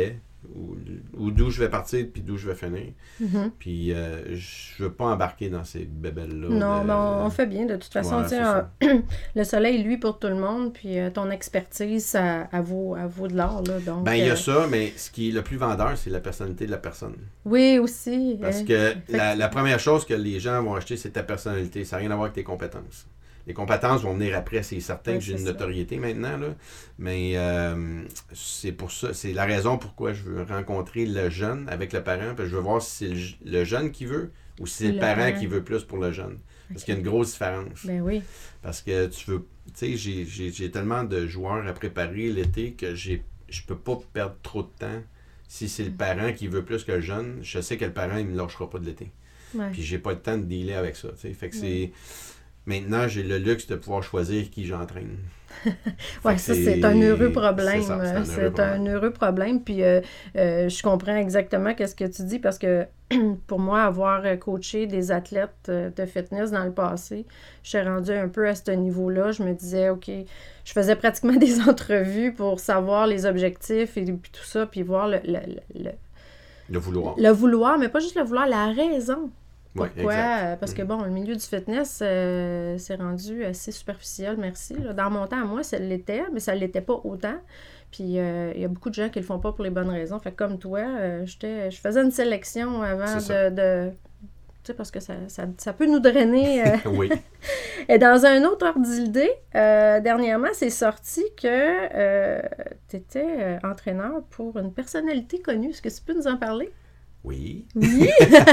[SPEAKER 2] où, où d'où je vais partir puis d'où je vais finir.
[SPEAKER 1] Mm-hmm.
[SPEAKER 2] Puis euh, je veux pas embarquer dans ces bébelles-là.
[SPEAKER 1] Non,
[SPEAKER 2] de...
[SPEAKER 1] mais on, on fait bien. De toute façon,
[SPEAKER 2] Ouais,
[SPEAKER 1] tu sais, euh, le soleil, lui, pour tout le monde, puis euh, ton expertise, ça, ça, vaut, ça vaut de l'or. Là, donc,
[SPEAKER 2] ben, il y a
[SPEAKER 1] euh...
[SPEAKER 2] ça, mais ce qui est le plus vendeur, c'est la personnalité de la personne.
[SPEAKER 1] Oui, aussi.
[SPEAKER 2] Parce
[SPEAKER 1] euh,
[SPEAKER 2] que la, la première chose que les gens vont acheter, c'est ta personnalité. Ça n'a rien à voir avec tes compétences. Les compétences vont venir après, c'est certain
[SPEAKER 1] ouais,
[SPEAKER 2] que j'ai une
[SPEAKER 1] ça.
[SPEAKER 2] notoriété maintenant, là. Mais euh, c'est pour ça, c'est la raison pourquoi je veux rencontrer le jeune avec le parent, parce que je veux voir si c'est le, le jeune qui veut ou si c'est le, le parent, parent qui veut plus pour le jeune. Parce okay. qu'il y a une grosse différence.
[SPEAKER 1] Ben oui.
[SPEAKER 2] Parce que tu veux, tu sais, j'ai, j'ai, j'ai tellement de joueurs à préparer l'été que j'ai, je peux pas perdre trop de temps. Si c'est le parent qui veut plus que le jeune, je sais que le parent, il me lâchera pas de l'été.
[SPEAKER 1] Ouais.
[SPEAKER 2] Puis j'ai pas le temps de dealer avec ça, tu sais. Fait que
[SPEAKER 1] ouais.
[SPEAKER 2] c'est... Maintenant, j'ai le luxe de pouvoir choisir qui j'entraîne.
[SPEAKER 1] Oui, ça, c'est un heureux problème. C'est, ça, c'est, un, heureux c'est
[SPEAKER 2] problème.
[SPEAKER 1] un heureux problème. Puis, euh, euh, je comprends exactement ce que tu dis parce que pour moi, avoir coaché des athlètes de fitness dans le passé, je suis rendue un peu à ce niveau-là. Je me disais, OK, je faisais pratiquement des entrevues pour savoir les objectifs et puis tout ça, puis voir le... Le, le,
[SPEAKER 2] le vouloir.
[SPEAKER 1] Le vouloir, mais pas juste le vouloir, la raison. Pourquoi?
[SPEAKER 2] Ouais,
[SPEAKER 1] parce que, bon, le milieu du fitness, euh, c'est rendu assez superficiel, merci. Là. Dans mon temps, à moi, ça l'était, mais ça ne l'était pas autant. Puis, il euh, y a beaucoup de gens qui le font pas pour les bonnes raisons. Fait que, comme toi, euh, j'étais, je faisais une sélection avant de... de tu sais, parce que ça, ça, ça peut nous drainer. Euh...
[SPEAKER 2] oui.
[SPEAKER 1] Et dans un autre ordre d'idée, euh, dernièrement, c'est sorti que euh, tu étais euh, entraîneur pour une personnalité connue. Est-ce que tu peux nous en parler?
[SPEAKER 2] Oui.
[SPEAKER 1] Oui!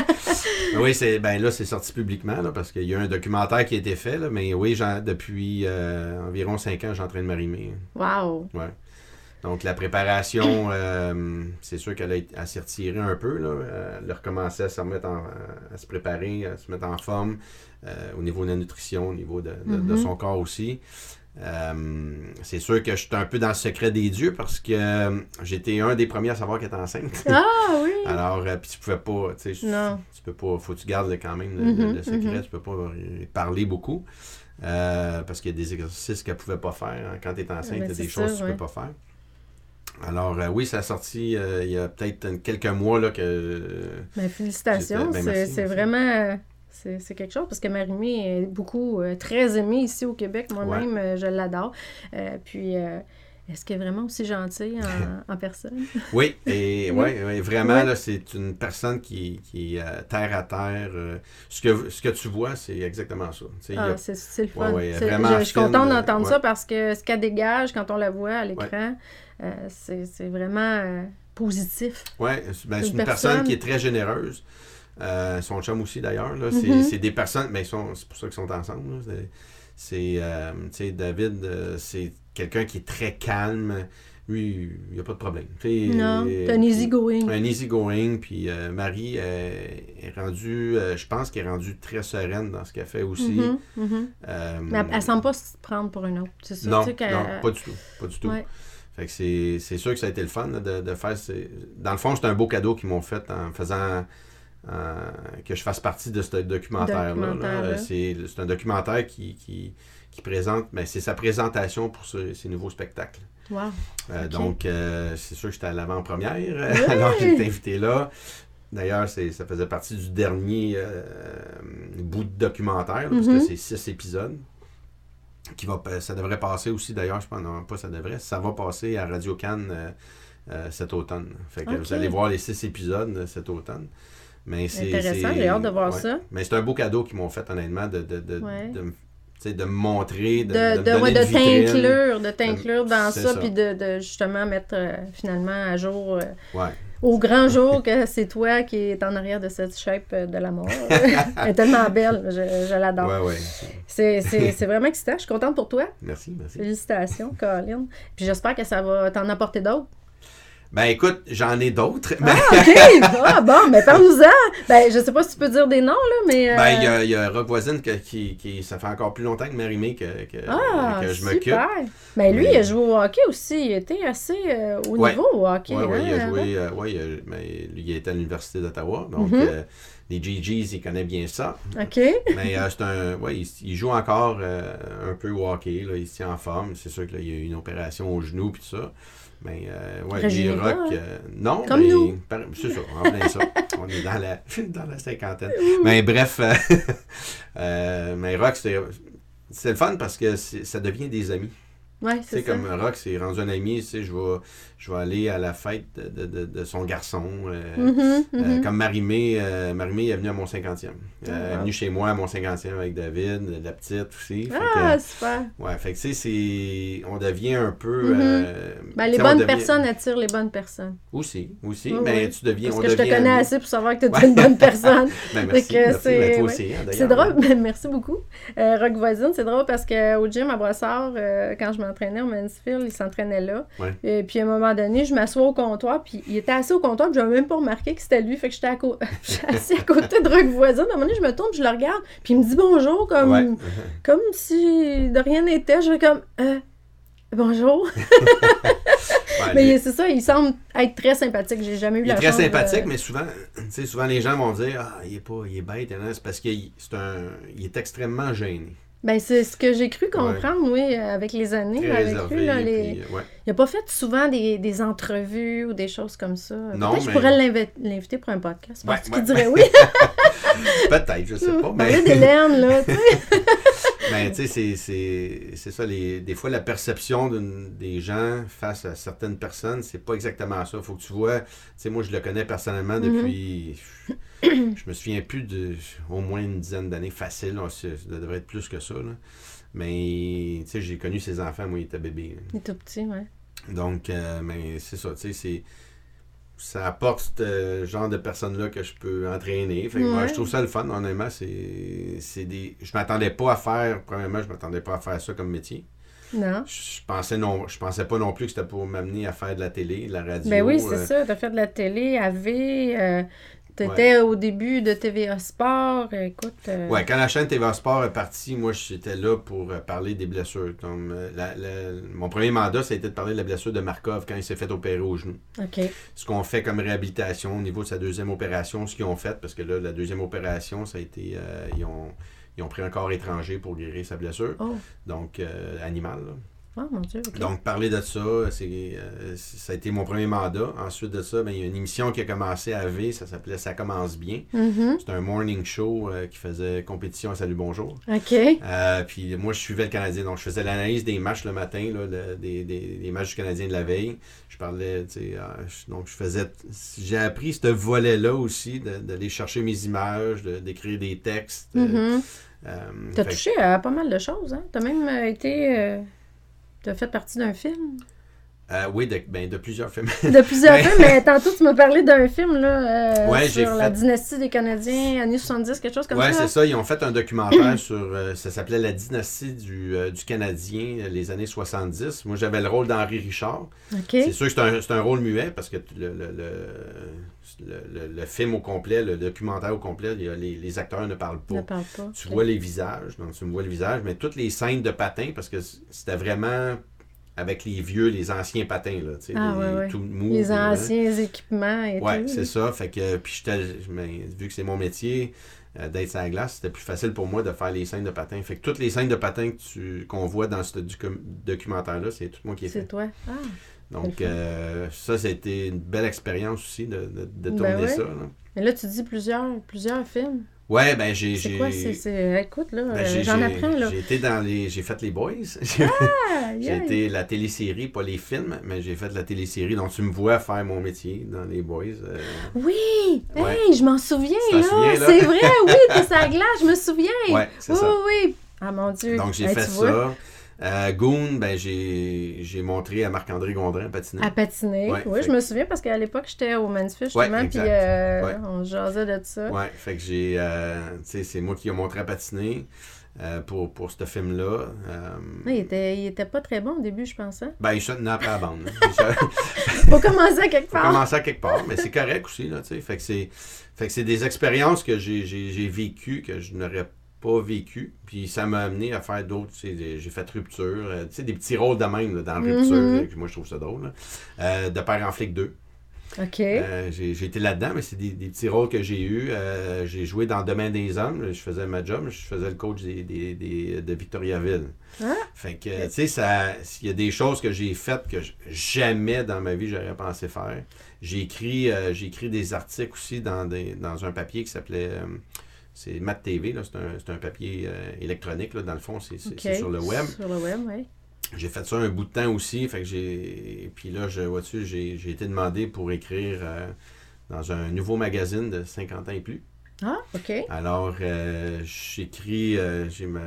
[SPEAKER 2] oui, c'est, ben là, c'est sorti publiquement, là, parce qu'il y a un documentaire qui a été fait, là, mais oui, depuis euh, environ cinq ans, j'entraîne Marie-Mé.
[SPEAKER 1] Wow!
[SPEAKER 2] Ouais. Donc, la préparation, euh, c'est sûr qu'elle a, elle s'est retirée un peu, là. Elle a recommencé à se remettre en, à se préparer, à se mettre en forme, euh, au niveau de la nutrition, au niveau de, de, mm-hmm. de son corps aussi. Euh, c'est sûr que je suis un peu dans le secret des dieux parce que euh, j'étais un des premiers à savoir qu'elle était enceinte.
[SPEAKER 1] Ah oui!
[SPEAKER 2] Alors, euh, puis tu pouvais pas, tu sais,
[SPEAKER 1] non.
[SPEAKER 2] tu peux pas, faut que tu gardes quand même le,
[SPEAKER 1] mm-hmm,
[SPEAKER 2] le secret,
[SPEAKER 1] mm-hmm.
[SPEAKER 2] tu peux pas parler beaucoup euh, parce qu'il y a des exercices qu'elle pouvait pas faire. Hein. Quand tu es enceinte, il y a des choses que tu ouais. peux pas faire. Alors, euh, oui, ça a sorti euh, il y a peut-être quelques mois là, que... Euh,
[SPEAKER 1] ben, félicitations, ben, merci, c'est, c'est vraiment... C'est, c'est quelque chose, parce que Marie-Mé est beaucoup, euh, très aimée ici au Québec. Moi-même, ouais. euh, je l'adore. Euh, puis, euh, est-ce qu'elle est vraiment aussi gentille en, en personne?
[SPEAKER 2] Oui, et oui. Ouais, ouais, vraiment, ouais. Là, c'est une personne qui, qui est euh, terre à terre. Euh, ce, que, ce que tu vois, c'est exactement ça.
[SPEAKER 1] Ah,
[SPEAKER 2] a...
[SPEAKER 1] c'est, c'est le fun.
[SPEAKER 2] Ouais, ouais,
[SPEAKER 1] c'est,
[SPEAKER 2] vraiment
[SPEAKER 1] je, je suis contente
[SPEAKER 2] euh,
[SPEAKER 1] d'entendre
[SPEAKER 2] ouais.
[SPEAKER 1] ça, parce que ce qu'elle dégage quand on la voit à l'écran, ouais. euh, c'est, c'est vraiment euh, positif.
[SPEAKER 2] Oui, ben, c'est,
[SPEAKER 1] c'est
[SPEAKER 2] une, une personne... personne qui est très généreuse. Euh, son chum aussi d'ailleurs, là, c'est,
[SPEAKER 1] mm-hmm.
[SPEAKER 2] c'est des personnes, mais ils sont, c'est pour ça qu'ils sont ensemble. Là, c'est, c'est euh, tu sais, David, euh, c'est quelqu'un qui est très calme. Lui, il n'y a pas de problème. T'sais,
[SPEAKER 1] non, c'est un easy going.
[SPEAKER 2] Un easy going. Puis euh, Marie euh, est rendue, euh, je pense qu'elle est rendue très sereine dans ce qu'elle fait aussi.
[SPEAKER 1] Mm-hmm, mm-hmm. Euh, mais elle ne semble pas se prendre pour une autre. C'est ça,
[SPEAKER 2] non,
[SPEAKER 1] qu'elle...
[SPEAKER 2] non, pas du tout. Pas du tout. Ouais. Fait que c'est, c'est sûr que ça a été le fun là, de, de faire. Ces... Dans le fond, c'est un beau cadeau qu'ils m'ont fait en faisant. Euh, que je fasse partie de ce documentaire-là.
[SPEAKER 1] Documentaire,
[SPEAKER 2] là. C'est, c'est un documentaire qui, qui, qui présente, mais c'est sa présentation pour ce, ces nouveaux spectacles.
[SPEAKER 1] Wow.
[SPEAKER 2] Euh,
[SPEAKER 1] okay.
[SPEAKER 2] Donc, euh, c'est sûr que j'étais à l'avant-première, oui. Alors j'ai été invité là. D'ailleurs, c'est, ça faisait partie du dernier euh, bout de documentaire, là, parce mm-hmm. que c'est six épisodes. Qui va, ça devrait passer aussi, d'ailleurs, je pense, non, pas ça devrait, ça va passer à Radio-Can euh, euh, cet automne. Fait que okay. Vous allez voir les six épisodes euh, cet automne. Mais c'est,
[SPEAKER 1] intéressant,
[SPEAKER 2] c'est,
[SPEAKER 1] j'ai hâte de voir
[SPEAKER 2] ouais.
[SPEAKER 1] ça.
[SPEAKER 2] Mais c'est un beau cadeau qu'ils m'ont fait, honnêtement, de, de, de,
[SPEAKER 1] ouais.
[SPEAKER 2] de, de, de me montrer, de,
[SPEAKER 1] de,
[SPEAKER 2] de,
[SPEAKER 1] de,
[SPEAKER 2] me
[SPEAKER 1] ouais, de
[SPEAKER 2] vitrine,
[SPEAKER 1] t'inclure, de t'inclure dans ça,
[SPEAKER 2] ça.
[SPEAKER 1] Puis de, de justement mettre euh, finalement à jour, euh,
[SPEAKER 2] ouais.
[SPEAKER 1] au grand jour, que c'est toi qui es en arrière de cette shape de la mort. Elle est tellement belle, je, je l'adore.
[SPEAKER 2] Ouais, ouais.
[SPEAKER 1] C'est, c'est, c'est vraiment excitant, je suis contente pour toi.
[SPEAKER 2] Merci, merci.
[SPEAKER 1] Félicitations, Colin. Puis j'espère que ça va t'en apporter d'autres.
[SPEAKER 2] Ben écoute, j'en ai d'autres.
[SPEAKER 1] Ah, OK! Ah, bon, mais parle-nous-en! Ben, je sais pas si tu peux dire des noms, là, mais... Euh...
[SPEAKER 2] Ben, il y a, y a Rock Voisine que, qui, qui... Ça fait encore plus longtemps que Marie-Mé que, que,
[SPEAKER 1] ah,
[SPEAKER 2] que je
[SPEAKER 1] super.
[SPEAKER 2] m'occupe.
[SPEAKER 1] Ben, lui,
[SPEAKER 2] mais...
[SPEAKER 1] il a joué au hockey aussi. Il était assez euh, haut
[SPEAKER 2] ouais.
[SPEAKER 1] niveau au hockey.
[SPEAKER 2] Oui,
[SPEAKER 1] hein,
[SPEAKER 2] ouais, il a joué...
[SPEAKER 1] hein?
[SPEAKER 2] Euh, ouais, il a, mais lui, il était à l'Université d'Ottawa. Donc,
[SPEAKER 1] mm-hmm.
[SPEAKER 2] euh, les Gee Gees, il connaît bien ça.
[SPEAKER 1] OK.
[SPEAKER 2] Mais euh, c'est un. Ouais, il, il joue encore euh, un peu au hockey, là, il se tient en forme. C'est sûr qu'il y a eu une opération au genou puis tout ça. Mais euh, ouais,
[SPEAKER 1] Régénérer
[SPEAKER 2] les rock.
[SPEAKER 1] pas, hein?
[SPEAKER 2] Euh, non,
[SPEAKER 1] Comme
[SPEAKER 2] mais,
[SPEAKER 1] nous.
[SPEAKER 2] par- c'est ça, en plein ça. On est dans la, dans la cinquantaine. Mais bref, euh, euh, mais rock, c'est, c'est le fun parce que c'est, ça devient des amis.
[SPEAKER 1] Ouais,
[SPEAKER 2] Tu
[SPEAKER 1] c'est
[SPEAKER 2] sais,
[SPEAKER 1] ça.
[SPEAKER 2] comme Rock, c'est rendu un ami, tu sais, je vais, je vais aller à la fête de, de, de son garçon. Euh,
[SPEAKER 1] Mhm,
[SPEAKER 2] euh,
[SPEAKER 1] mhm.
[SPEAKER 2] comme Marie-Mé, euh, Marie-Mé est venue à mon cinquantième. Euh,
[SPEAKER 1] Ah, wow.
[SPEAKER 2] Elle est venue chez moi à mon cinquantième avec David, la petite aussi. Fait
[SPEAKER 1] Ah,
[SPEAKER 2] que,
[SPEAKER 1] super.
[SPEAKER 2] ouais, fait que tu sais, c'est, on devient un peu...
[SPEAKER 1] Mhm.
[SPEAKER 2] euh,
[SPEAKER 1] Ben,
[SPEAKER 2] tu
[SPEAKER 1] les
[SPEAKER 2] sais, on
[SPEAKER 1] bonnes
[SPEAKER 2] devient-
[SPEAKER 1] personnes attirent les bonnes personnes.
[SPEAKER 2] Aussi, aussi,
[SPEAKER 1] Oui,
[SPEAKER 2] mais
[SPEAKER 1] oui.
[SPEAKER 2] tu deviens...
[SPEAKER 1] Parce
[SPEAKER 2] on
[SPEAKER 1] que je te
[SPEAKER 2] devient
[SPEAKER 1] connais
[SPEAKER 2] amis.
[SPEAKER 1] assez pour savoir que tu es
[SPEAKER 2] Ouais.
[SPEAKER 1] une bonne personne.
[SPEAKER 2] Ben,
[SPEAKER 1] Fait
[SPEAKER 2] merci,
[SPEAKER 1] que
[SPEAKER 2] merci,
[SPEAKER 1] c'est-
[SPEAKER 2] ben, toi
[SPEAKER 1] ouais.
[SPEAKER 2] aussi, hein, d'ailleurs.
[SPEAKER 1] C'est drôle, mais merci beaucoup. Euh, Rock Voisine, c'est drôle parce qu'au gym à Brossard, euh, quand je m'entraînais au Mansfield, il s'entraînait là.
[SPEAKER 2] Ouais.
[SPEAKER 1] Et puis à un moment donné, je m'assois au comptoir, puis il était assis au comptoir, puis je n'avais même pas remarqué que c'était lui. Fait que j'étais à co- j'étais assis à côté de Rock Voisine. À un moment donné, je me tourne, puis je le regarde, puis il me dit bonjour, comme,
[SPEAKER 2] Ouais.
[SPEAKER 1] comme si de rien n'était. Je fais comme, euh, bonjour.
[SPEAKER 2] Ouais,
[SPEAKER 1] Mais
[SPEAKER 2] lui-
[SPEAKER 1] c'est ça, il semble être très sympathique. J'ai jamais eu
[SPEAKER 2] Il
[SPEAKER 1] la
[SPEAKER 2] est très
[SPEAKER 1] chance de-
[SPEAKER 2] sympathique, mais souvent, tu sais, souvent les gens vont dire ah, il est pas, il est bête, hein, c'est parce qu'il c'est un, il est extrêmement gêné,
[SPEAKER 1] Ben, c'est ce que j'ai cru comprendre, oui, avec les années,
[SPEAKER 2] très
[SPEAKER 1] là, avec
[SPEAKER 2] réservé.
[SPEAKER 1] lui. Là, les...
[SPEAKER 2] puis, euh, ouais.
[SPEAKER 1] Il n'a pas fait souvent des, des entrevues ou des choses comme ça.
[SPEAKER 2] Non,
[SPEAKER 1] Peut-être que
[SPEAKER 2] mais-
[SPEAKER 1] je pourrais l'invi- l'inviter pour un podcast.
[SPEAKER 2] Ouais,
[SPEAKER 1] Parce
[SPEAKER 2] ouais.
[SPEAKER 1] qu'il dirait oui.
[SPEAKER 2] Peut-être, je sais pas, mais,
[SPEAKER 1] Parler d'Hélène, là, tu sais.
[SPEAKER 2] mais tu sais, c'est, c'est, c'est ça, les, des fois la perception d'une- des gens face à certaines personnes, c'est pas exactement ça. Faut que tu vois, tu sais, moi je le connais personnellement depuis, je me souviens plus de, au moins une dizaine d'années, facile, là, c'est- ça devrait être plus que ça, là. Mais, tu sais, j'ai connu ses enfants, moi, il était bébé. là.
[SPEAKER 1] Il est tout petit, ouais.
[SPEAKER 2] Donc, euh, mais c'est ça, tu sais, c'est... Ça apporte ce genre de personnes-là que je peux entraîner. Fait que moi,
[SPEAKER 1] Ouais.
[SPEAKER 2] je trouve ça le fun, honnêtement. C'est, c'est des... Je m'attendais pas à faire... Premièrement, je m'attendais pas à faire ça comme métier.
[SPEAKER 1] Non.
[SPEAKER 2] Je pensais non, je pensais pas non plus que c'était pour m'amener à faire de la télé, de la radio.
[SPEAKER 1] Ben oui, c'est
[SPEAKER 2] euh,
[SPEAKER 1] ça. Tu as fait de la télé, A V. Euh, tu étais au début de T V A Sport. Écoute. euh,
[SPEAKER 2] Ouais, quand la chaîne T V A Sport est partie, moi, j'étais là pour euh, parler des blessures. Comme, euh, la- la- mon premier mandat, ça a été de parler de la blessure de Markov quand il s'est fait opérer au genou.
[SPEAKER 1] OK.
[SPEAKER 2] Ce qu'on fait comme réhabilitation au niveau de sa deuxième opération, ce qu'ils ont fait, parce que là, la deuxième opération, ça a été... euh, ils, ont, ils ont pris un corps étranger pour guérir sa blessure,
[SPEAKER 1] Oh.
[SPEAKER 2] donc euh, animal. là.
[SPEAKER 1] Oh, mon Dieu. OK.
[SPEAKER 2] Donc, parler de ça, c'est, euh, ça a été mon premier mandat. Ensuite de ça, ben, il y a une émission qui a commencé à V, ça s'appelait Ça commence bien.
[SPEAKER 1] Mhm.
[SPEAKER 2] C'est un morning show euh, qui faisait compétition à Salut Bonjour.
[SPEAKER 1] OK.
[SPEAKER 2] Euh, puis moi, je suivais le Canadien. Donc, je faisais l'analyse des matchs le matin, là, le- des, des, des matchs du Canadien de la veille. Je parlais, tu sais, euh, je- donc je faisais... J'ai appris ce volet-là aussi, de- d'aller chercher mes images, de- d'écrire des textes. euh,
[SPEAKER 1] Mhm.
[SPEAKER 2] euh,
[SPEAKER 1] T'as
[SPEAKER 2] fait que-
[SPEAKER 1] touché à pas mal de choses, hein? T'as même euh, été... euh, T'as fait partie d'un film.
[SPEAKER 2] euh, oui, de, ben, de plusieurs films.
[SPEAKER 1] De plusieurs
[SPEAKER 2] Ouais.
[SPEAKER 1] films, mais tantôt tu m'as parlé d'un film là, euh,
[SPEAKER 2] Ouais, j'ai
[SPEAKER 1] sur la
[SPEAKER 2] fait-
[SPEAKER 1] dynastie des Canadiens, années soixante-dix, quelque chose comme
[SPEAKER 2] Ouais,
[SPEAKER 1] ça.
[SPEAKER 2] c'est ça. Ils ont fait un documentaire sur. euh, ça s'appelait La dynastie du, euh, du Canadien, euh, les années soixante-dix. Moi, j'avais le rôle d'Henri Richard.
[SPEAKER 1] OK.
[SPEAKER 2] C'est sûr que c'est un, c'est un rôle muet parce que le, le, le, le, le- le film au complet, le documentaire au complet, il y a les, les acteurs ne parlent pas.
[SPEAKER 1] Ne parle pas.
[SPEAKER 2] Tu
[SPEAKER 1] OK.
[SPEAKER 2] vois les visages, donc tu me vois le visage, mais toutes les scènes de patins, parce que c'était vraiment avec les vieux, les anciens patins, là, tu sais,
[SPEAKER 1] Ah,
[SPEAKER 2] les,
[SPEAKER 1] ouais, ouais.
[SPEAKER 2] tout mou.
[SPEAKER 1] Les
[SPEAKER 2] puis, hein.
[SPEAKER 1] anciens équipements et
[SPEAKER 2] Ouais,
[SPEAKER 1] tout.
[SPEAKER 2] c'est ça. Fait que, puis j'étais, ben, vu que c'est mon métier euh, d'être sur la glace, c'était plus facile pour moi de faire les scènes de patins. Fait que toutes les scènes de patins que tu, qu'on voit dans ce docu- documentaire-là, c'est tout moi qui ai
[SPEAKER 1] C'est
[SPEAKER 2] fait.
[SPEAKER 1] toi. Ah,
[SPEAKER 2] Donc,
[SPEAKER 1] c'est le fun.
[SPEAKER 2] euh, ça, c'était une belle expérience aussi de, de, de
[SPEAKER 1] Ben
[SPEAKER 2] tourner
[SPEAKER 1] ouais.
[SPEAKER 2] ça. Là.
[SPEAKER 1] mais là, tu dis plusieurs, plusieurs films.
[SPEAKER 2] Ouais, ben j'ai.
[SPEAKER 1] C'est
[SPEAKER 2] j'ai-
[SPEAKER 1] quoi? C'est, c'est... Écoute, là,
[SPEAKER 2] ben,
[SPEAKER 1] euh,
[SPEAKER 2] j'ai-
[SPEAKER 1] j'en
[SPEAKER 2] j'ai-
[SPEAKER 1] apprends, là.
[SPEAKER 2] J'ai été dans les. J'ai fait les boys.
[SPEAKER 1] Ah,
[SPEAKER 2] J'ai
[SPEAKER 1] yeah.
[SPEAKER 2] été la télésérie, pas les films, mais j'ai fait la télésérie. Donc, tu me vois faire mon métier dans les boys. euh,
[SPEAKER 1] Oui!
[SPEAKER 2] Ouais.
[SPEAKER 1] Hey, je m'en souviens,
[SPEAKER 2] Tu t'en
[SPEAKER 1] là!
[SPEAKER 2] souviens, là?
[SPEAKER 1] C'est vrai, oui, t'es sur la glace, je me souviens!
[SPEAKER 2] Ouais, c'est
[SPEAKER 1] oui,
[SPEAKER 2] ça.
[SPEAKER 1] oui, oui! Ah, mon Dieu!
[SPEAKER 2] Donc, j'ai
[SPEAKER 1] Hey,
[SPEAKER 2] fait
[SPEAKER 1] tu vois,
[SPEAKER 2] ça. Euh, Goon, ben, j'ai, j'ai montré à Marc-André Gondrin à patiner.
[SPEAKER 1] à patiner.
[SPEAKER 2] Ouais,
[SPEAKER 1] oui,
[SPEAKER 2] fait
[SPEAKER 1] je me souviens parce qu'à l'époque, j'étais au Mansfield,
[SPEAKER 2] Ouais,
[SPEAKER 1] justement, puis
[SPEAKER 2] exact.
[SPEAKER 1] euh,
[SPEAKER 2] Ouais.
[SPEAKER 1] on jasait de ça.
[SPEAKER 2] Ouais, fait que j'ai. euh, tu sais, c'est moi qui ai montré à patiner euh, pour, pour ce film-là. Euh,
[SPEAKER 1] Ouais, il, était, il était pas très bon au début, je pensais.
[SPEAKER 2] ben, je tenais après la bande. là.
[SPEAKER 1] Faut commencer à quelque
[SPEAKER 2] Faut
[SPEAKER 1] part.
[SPEAKER 2] commencer à quelque part, mais c'est correct aussi, là, tu sais. Fait que c'est, fait que c'est des expériences que j'ai, j'ai, j'ai vécues que je n'aurais pas vécues. Puis ça m'a amené à faire d'autres, tu sais, des- j'ai fait Rupture, euh, tu sais, des petits rôles de même là, dans Rupture,
[SPEAKER 1] Mhm.
[SPEAKER 2] là, que moi je trouve ça drôle. là. Euh, de Père en flic deux.
[SPEAKER 1] OK.
[SPEAKER 2] Euh, j'ai, j'ai été là-dedans, mais c'est des, des petits rôles que j'ai eus. Euh, j'ai joué dans le domaine des hommes. Je faisais ma job. Je faisais le coach des, des, des, de Victoriaville.
[SPEAKER 1] Ah.
[SPEAKER 2] Fait que, tu sais, ça, il y a des choses que j'ai faites que jamais dans ma vie j'aurais pensé faire. J'ai écrit, euh, j'ai écrit des articles aussi dans, des, dans un papier qui s'appelait... Euh, c'est Matt T V, là, c'est, un, c'est un papier euh, électronique. Là, dans le fond, c'est, c'est, okay. c'est sur le web.
[SPEAKER 1] Sur le web, oui.
[SPEAKER 2] J'ai fait ça un bout de temps aussi. Fait que j'ai. Puis là, je vois-tu, j'ai, j'ai été demandé pour écrire euh, dans un nouveau magazine de cinquante ans et plus.
[SPEAKER 1] Ah, OK.
[SPEAKER 2] Alors, euh, j'écris, euh, j'ai ma,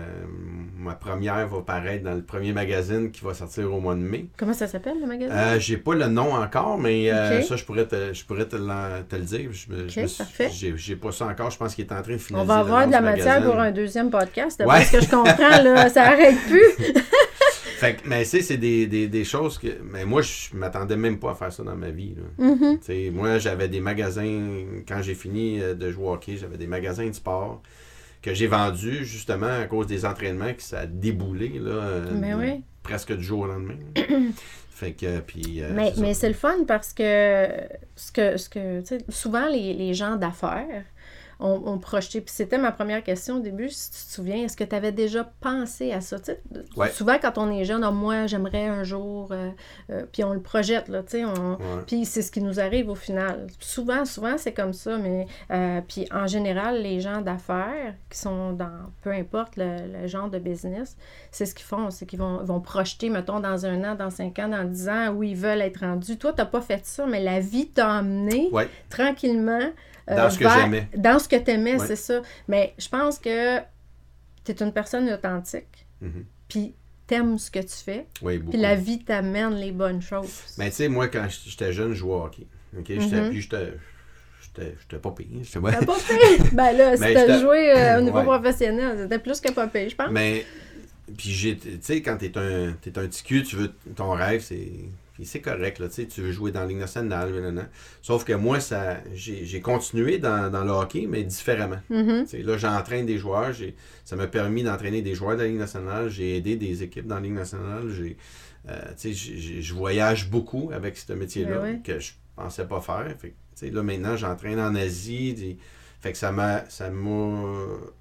[SPEAKER 2] ma première va paraître dans le premier magazine qui va sortir au mois de mai.
[SPEAKER 1] Comment ça s'appelle, le magazine?
[SPEAKER 2] Euh, j'ai pas le nom encore, mais euh,
[SPEAKER 1] okay.
[SPEAKER 2] ça, je pourrais te, je pourrais te, te le dire. Je,
[SPEAKER 1] OK,
[SPEAKER 2] je me suis,
[SPEAKER 1] parfait.
[SPEAKER 2] J'ai, j'ai pas ça encore. Je pense qu'il est en train de finaliser.
[SPEAKER 1] On va avoir de la matière
[SPEAKER 2] magazine.
[SPEAKER 1] pour un deuxième podcast.
[SPEAKER 2] Ouais.
[SPEAKER 1] Parce que je comprends, là, ça arrête plus.
[SPEAKER 2] Fait que, mais tu sais, c'est des, des, des choses que... Mais moi, je m'attendais même pas à faire ça dans ma vie. Là.
[SPEAKER 1] Mm-hmm.
[SPEAKER 2] Tu sais, moi, j'avais des magasins... Quand j'ai fini de jouer au hockey, j'avais des magasins de sport que j'ai vendus justement à cause des entraînements que ça a déboulé là,
[SPEAKER 1] mais
[SPEAKER 2] de,
[SPEAKER 1] oui.
[SPEAKER 2] presque du jour au lendemain. Fait que, puis... Euh,
[SPEAKER 1] mais,
[SPEAKER 2] c'est
[SPEAKER 1] mais c'est le fun parce que, ce que, ce que tu sais, souvent, les, les gens d'affaires ont, ont projeté. Puis c'était ma première question au début, si tu te souviens, est-ce que tu avais déjà pensé à ça? Tu sais,
[SPEAKER 2] ouais.
[SPEAKER 1] Souvent, quand on est jeune, oh, moi, j'aimerais un jour, euh, euh, puis on le projette, là, tu sais, on...
[SPEAKER 2] ouais.
[SPEAKER 1] Puis c'est ce qui nous arrive au final. Souvent, souvent, c'est comme ça, mais euh, puis en général, les gens d'affaires qui sont dans, peu importe le, le genre de business, c'est ce qu'ils font, c'est qu'ils vont, vont projeter, mettons, dans un an, dans cinq ans, dans dix ans, où ils veulent être rendus. Toi, t'as pas fait ça, mais la vie t'a emmené
[SPEAKER 2] ouais.
[SPEAKER 1] tranquillement.
[SPEAKER 2] Dans
[SPEAKER 1] Euh,
[SPEAKER 2] ce que
[SPEAKER 1] vers,
[SPEAKER 2] j'aimais.
[SPEAKER 1] Dans ce que t'aimais,
[SPEAKER 2] ouais.
[SPEAKER 1] c'est ça. Mais je pense que t'es une personne authentique.
[SPEAKER 2] Mm-hmm.
[SPEAKER 1] Puis t'aimes ce que tu fais.
[SPEAKER 2] Oui, beaucoup.
[SPEAKER 1] Puis la vie t'amène les bonnes choses.
[SPEAKER 2] Mais tu sais, moi, quand j'étais jeune, je jouais au hockey. OK? J'étais,
[SPEAKER 1] mm-hmm.
[SPEAKER 2] Puis j'étais... J'étais, j'étais pas payé.
[SPEAKER 1] J'étais pas payé? Ben là, si t'as joué euh, au niveau
[SPEAKER 2] ouais.
[SPEAKER 1] professionnel, c'était plus que pas payé, je pense.
[SPEAKER 2] Mais, puis j'ai... Tu sais, quand t'es un, t'es un petit cul, tu veux... Ton rêve, c'est... Puis c'est correct, là, tu sais, tu veux jouer dans la Ligue nationale, blablabla. Sauf que moi, ça, j'ai, j'ai continué dans, dans le hockey, mais différemment.
[SPEAKER 1] Mm-hmm.
[SPEAKER 2] Là, j'entraîne des joueurs, j'ai, ça m'a permis d'entraîner des joueurs de la Ligue nationale, j'ai aidé des équipes dans la Ligue nationale, j'ai, euh, tu sais, je voyage beaucoup avec ce métier-là,
[SPEAKER 1] ouais.
[SPEAKER 2] que je pensais pas faire. Fait que, tu sais, là, maintenant, j'entraîne en Asie, des, fait que ça m'a, ça m'a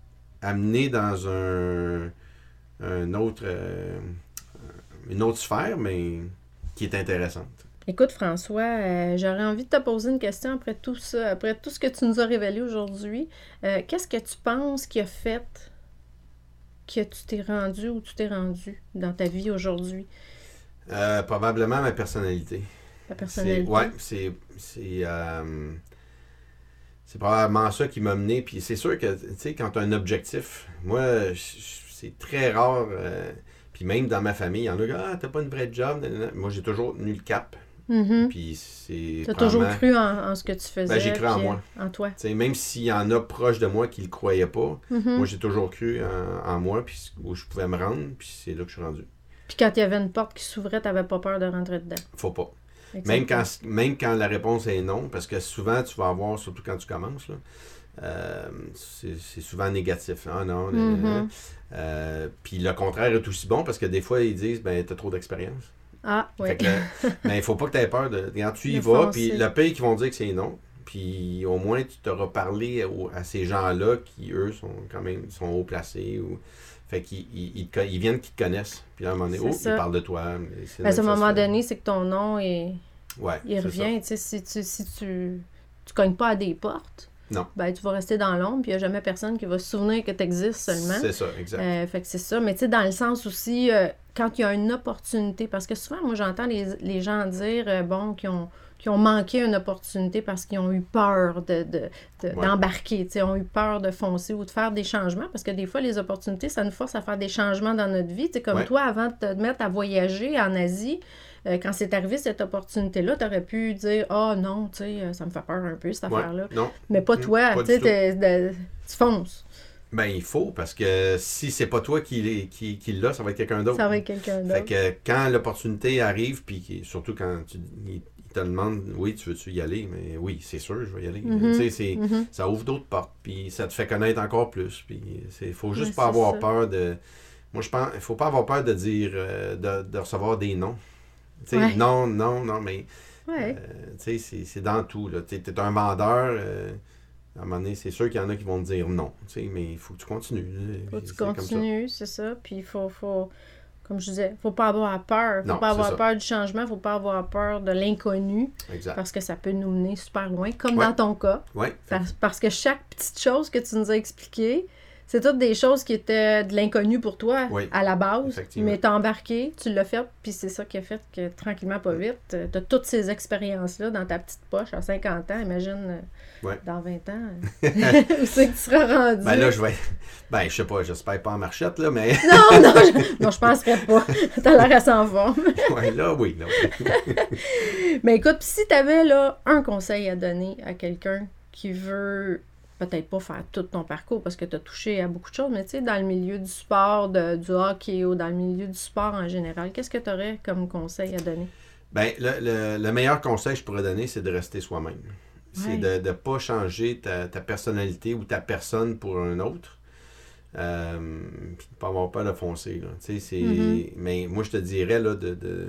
[SPEAKER 2] amené dans un, un autre, euh, une autre sphère, mais... qui est intéressante.
[SPEAKER 1] Écoute, François, euh, j'aurais envie de te poser une question après tout ça, après tout ce que tu nous as révélé aujourd'hui. Euh, qu'est-ce que tu penses qui a fait que tu t'es rendu où tu t'es rendu dans ta vie aujourd'hui?
[SPEAKER 2] Euh, probablement ma personnalité.
[SPEAKER 1] Ta personnalité?
[SPEAKER 2] Oui, c'est, c'est, euh, c'est probablement ça qui m'a mené. Puis c'est sûr que, tu sais, quand tu as un objectif, moi, c'est très rare... Euh, Puis même dans ma famille, il y en a qui disent « Ah, t'as pas une vraie job. » Moi, j'ai toujours tenu le cap.
[SPEAKER 1] Mm-hmm.
[SPEAKER 2] Puis c'est.
[SPEAKER 1] T'as toujours cru en, en ce que tu faisais.
[SPEAKER 2] Ben, j'ai cru en
[SPEAKER 1] puis,
[SPEAKER 2] moi.
[SPEAKER 1] En toi.
[SPEAKER 2] T'sais, même s'il y en a proche de moi qui le croyaient pas,
[SPEAKER 1] mm-hmm.
[SPEAKER 2] moi, j'ai toujours cru en, en moi, puis où je pouvais me rendre, puis c'est là que je suis rendu.
[SPEAKER 1] Puis quand il y avait une porte qui s'ouvrait, t'avais pas peur de rentrer dedans.
[SPEAKER 2] Faut pas.
[SPEAKER 1] Exactement.
[SPEAKER 2] Même quand, même quand la réponse est non, parce que souvent, tu vas avoir, surtout quand tu commences, là, euh, c'est, c'est souvent négatif. Ah non,
[SPEAKER 1] mm-hmm.
[SPEAKER 2] euh, puis le contraire est aussi bon, parce que des fois, ils disent, ben, t'as trop d'expérience.
[SPEAKER 1] Ah, oui.
[SPEAKER 2] Fait que, mais il faut pas que tu aies peur de. Quand tu y
[SPEAKER 1] de
[SPEAKER 2] vas,
[SPEAKER 1] foncer.
[SPEAKER 2] puis le pays qui vont dire que c'est non, puis au moins tu t'auras parlé au, à ces gens-là qui, eux, sont quand même sont haut placés. Ou... Fait qu'ils ils, ils, ils viennent qu'ils te connaissent. Puis à un moment donné, oh, ils parlent de toi.
[SPEAKER 1] Mais à un moment donné, c'est que ton nom est.
[SPEAKER 2] Ouais,
[SPEAKER 1] il revient. Tu sais, si tu si tu, tu cognes pas à des portes.
[SPEAKER 2] Non.
[SPEAKER 1] Ben, tu vas rester dans l'ombre, puis il n'y a jamais personne qui va se souvenir que tu existes seulement.
[SPEAKER 2] C'est ça, exact.
[SPEAKER 1] Euh, fait que c'est ça. Mais tu sais, dans le sens aussi, euh, quand il y a une opportunité, parce que souvent, moi, j'entends les, les gens dire, euh, bon, qui ont, qui ont manqué une opportunité parce qu'ils ont eu peur de, de, de,
[SPEAKER 2] ouais.
[SPEAKER 1] d'embarquer, tu sais, ont eu peur de foncer ou de faire des changements, parce que des fois, les opportunités, ça nous force à faire des changements dans notre vie. Tu sais, comme
[SPEAKER 2] ouais.
[SPEAKER 1] toi, avant de te mettre à voyager en Asie, Euh, quand c'est arrivé cette opportunité-là, tu aurais pu dire « Ah oh, non, tu sais, ça me fait peur un peu, cette ouais, affaire-là. »
[SPEAKER 2] Non.
[SPEAKER 1] Mais pas toi,
[SPEAKER 2] mmh,
[SPEAKER 1] tu sais, tu fonces.
[SPEAKER 2] Ben, il faut, parce que si c'est pas toi qui, qui, qui l'a, ça va être quelqu'un d'autre.
[SPEAKER 1] Ça va être quelqu'un d'autre.
[SPEAKER 2] Fait que quand l'opportunité arrive, puis surtout quand tu, il te demande « Oui, tu veux-tu y aller? » Mais oui, c'est sûr, je vais y aller.
[SPEAKER 1] Mm-hmm.
[SPEAKER 2] Tu sais, c'est,
[SPEAKER 1] mm-hmm.
[SPEAKER 2] ça ouvre d'autres portes, puis ça te fait connaître encore plus. Puis il faut juste
[SPEAKER 1] ouais,
[SPEAKER 2] pas avoir
[SPEAKER 1] ça.
[SPEAKER 2] peur de... Moi, je pense, il faut pas avoir peur de dire, euh, de, de recevoir des noms. Tu sais,
[SPEAKER 1] ouais.
[SPEAKER 2] non, non, non, mais
[SPEAKER 1] Ouais.
[SPEAKER 2] Euh, tu sais, c'est, c'est dans tout. Tu es un vendeur. Euh, à un moment donné, c'est sûr qu'il y en a qui vont te dire non. Mais il faut que tu continues.
[SPEAKER 1] Il faut que tu
[SPEAKER 2] c'est
[SPEAKER 1] continues, c'est ça. Puis il faut, faut, comme je disais, il ne faut pas avoir peur. Il ne faut
[SPEAKER 2] non,
[SPEAKER 1] pas avoir
[SPEAKER 2] ça.
[SPEAKER 1] peur du changement. Il ne faut pas avoir peur de l'inconnu.
[SPEAKER 2] Exact.
[SPEAKER 1] Parce que ça peut nous mener super loin, comme
[SPEAKER 2] ouais.
[SPEAKER 1] dans ton cas.
[SPEAKER 2] Ouais.
[SPEAKER 1] Parce, parce que chaque petite chose que tu nous as expliquées, c'est toutes des choses qui étaient de l'inconnu pour toi
[SPEAKER 2] oui,
[SPEAKER 1] à la base, mais t'as embarqué, tu l'as fait, puis c'est ça qui a fait que tranquillement, pas vite, t'as toutes ces expériences-là dans ta petite poche à cinquante ans, imagine
[SPEAKER 2] ouais.
[SPEAKER 1] dans vingt ans, où c'est que tu seras rendu?
[SPEAKER 2] Ben là, je vais... Ben, je sais pas, j'espère pas en marchette, là, mais...
[SPEAKER 1] non, non, je, non, je penserais pas. T'as l'air assez en forme.
[SPEAKER 2] ouais, là, oui, là, oui.
[SPEAKER 1] Mais écoute, si t'avais, là, un conseil à donner à quelqu'un qui veut... peut-être pas faire tout ton parcours parce que tu as touché à beaucoup de choses, mais tu sais, dans le milieu du sport, de, du hockey ou dans le milieu du sport en général, qu'est-ce que tu aurais comme conseil à donner?
[SPEAKER 2] Bien, le, le, le meilleur conseil que je pourrais donner, c'est de rester soi-même. C'est
[SPEAKER 1] ouais.
[SPEAKER 2] de ne pas changer ta, ta personnalité ou ta personne pour un autre. Euh, puis de ne pas avoir peur de foncer. Là. Tu sais, c'est... Mm-hmm. Mais moi, je te dirais là, de... de,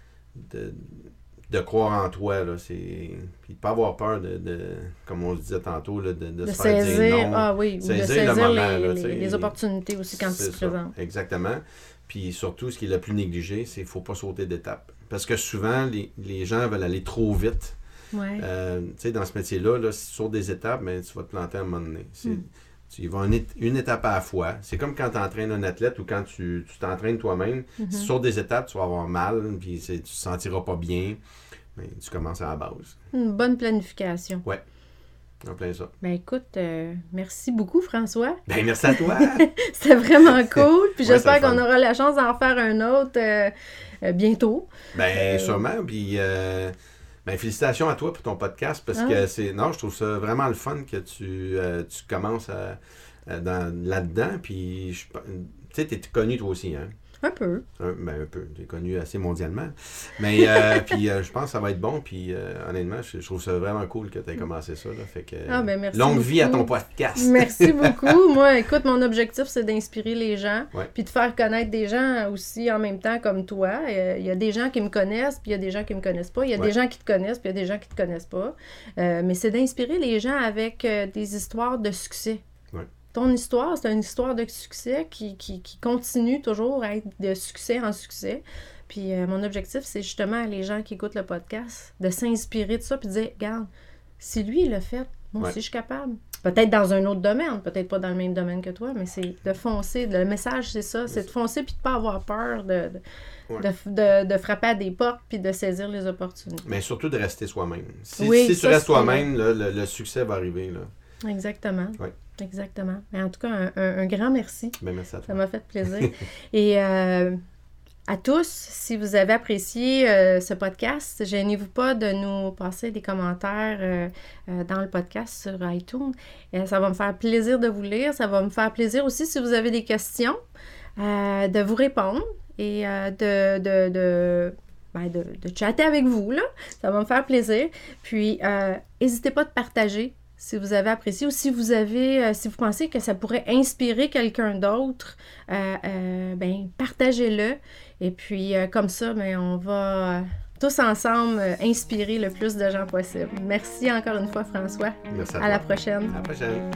[SPEAKER 2] de de croire en toi, là, c'est... Puis de pas avoir peur de, de comme on se disait tantôt, là, de, de, de se faire
[SPEAKER 1] saisir,
[SPEAKER 2] dire non.
[SPEAKER 1] Ah oui,
[SPEAKER 2] saisir,
[SPEAKER 1] ou de saisir
[SPEAKER 2] le moment,
[SPEAKER 1] les,
[SPEAKER 2] là,
[SPEAKER 1] les, les opportunités aussi quand tu te présentes.
[SPEAKER 2] Exactement. Puis surtout, ce qui est le plus négligé, c'est qu'il ne faut pas sauter d'étape. Parce que souvent, les, les gens veulent aller trop vite.
[SPEAKER 1] Ouais.
[SPEAKER 2] Euh, tu sais, dans ce métier-là, là, si tu sautes des étapes, ben, tu vas te planter à un moment donné. C'est... Mm. Tu y vas une, une étape à la fois. C'est comme quand tu entraînes un athlète ou quand tu, tu t'entraînes toi-même. Mm-hmm. Si tu sautes des étapes, tu vas avoir mal, puis tu ne te sentiras pas bien. Mais tu commences à la base.
[SPEAKER 1] Une bonne planification.
[SPEAKER 2] Oui, en plein ça.
[SPEAKER 1] Ben écoute, euh, merci beaucoup François.
[SPEAKER 2] Ben merci à toi.
[SPEAKER 1] C'était vraiment cool. Puis
[SPEAKER 2] ouais,
[SPEAKER 1] j'espère qu'on aura la chance d'en faire un autre euh, euh, bientôt.
[SPEAKER 2] Ben
[SPEAKER 1] euh...
[SPEAKER 2] sûrement. Puis euh, ben, félicitations à toi pour ton podcast parce ah. que c'est. Non, je trouve ça vraiment le fun que tu, euh, tu commences à, à, dans, là-dedans. Puis tu sais, tu es connu toi aussi, hein?
[SPEAKER 1] Un peu.
[SPEAKER 2] Un, ben un peu. Tu es connu assez mondialement. Mais euh, puis euh, je pense que ça va être bon. Puis euh, honnêtement, je, je trouve ça vraiment cool que tu aies commencé ça. Là. Fait que,
[SPEAKER 1] ah, ben merci
[SPEAKER 2] longue
[SPEAKER 1] beaucoup.
[SPEAKER 2] vie à ton podcast.
[SPEAKER 1] Merci beaucoup. Moi, écoute, mon objectif, c'est d'inspirer les gens.
[SPEAKER 2] Ouais.
[SPEAKER 1] Puis de faire connaître des gens aussi en même temps comme toi. Il y a des gens qui me connaissent, puis il y a des gens qui me connaissent pas. Il y a ouais. des gens qui te connaissent, puis il y a des gens qui te connaissent pas. Euh, mais c'est d'inspirer les gens avec euh, des histoires de succès.
[SPEAKER 2] Ouais.
[SPEAKER 1] Ton histoire, c'est une histoire de succès qui, qui, qui continue toujours à être de succès en succès. Puis euh, mon objectif, c'est justement les gens qui écoutent le podcast, de s'inspirer de ça puis de dire, regarde, si lui, il l'a fait, moi aussi, ouais. je suis capable. Peut-être dans un autre domaine, peut-être pas dans le même domaine que toi, mais c'est de foncer. Le message, c'est ça, c'est de foncer puis de pas avoir peur de, de, ouais. de, de, de frapper à des portes puis de saisir les opportunités.
[SPEAKER 2] Mais surtout de rester soi-même. Si,
[SPEAKER 1] oui,
[SPEAKER 2] si
[SPEAKER 1] ça,
[SPEAKER 2] tu restes toi-même, là, le, le succès va arriver, là.
[SPEAKER 1] Exactement.
[SPEAKER 2] Ouais.
[SPEAKER 1] Exactement. Mais en tout cas, un, un, un grand merci.
[SPEAKER 2] Ben, merci à toi.
[SPEAKER 1] Ça m'a fait plaisir. Et euh, à tous, si vous avez apprécié euh, ce podcast, gênez-vous pas de nous passer des commentaires euh, euh, dans le podcast sur iTunes. Et ça va me faire plaisir de vous lire. Ça va me faire plaisir aussi, si vous avez des questions, euh, de vous répondre et euh, de... de, de Ben de, de chatter avec vous, là. Ça va me faire plaisir. Puis, euh, n'hésitez pas de partager si vous avez apprécié ou si vous avez, euh, si vous pensez que ça pourrait inspirer quelqu'un d'autre, euh, euh, ben partagez-le. Et puis, euh, comme ça, ben, on va tous ensemble euh, inspirer le plus de gens possible. Merci encore une fois, François.
[SPEAKER 2] Merci à,
[SPEAKER 1] à la prochaine.
[SPEAKER 2] À la prochaine.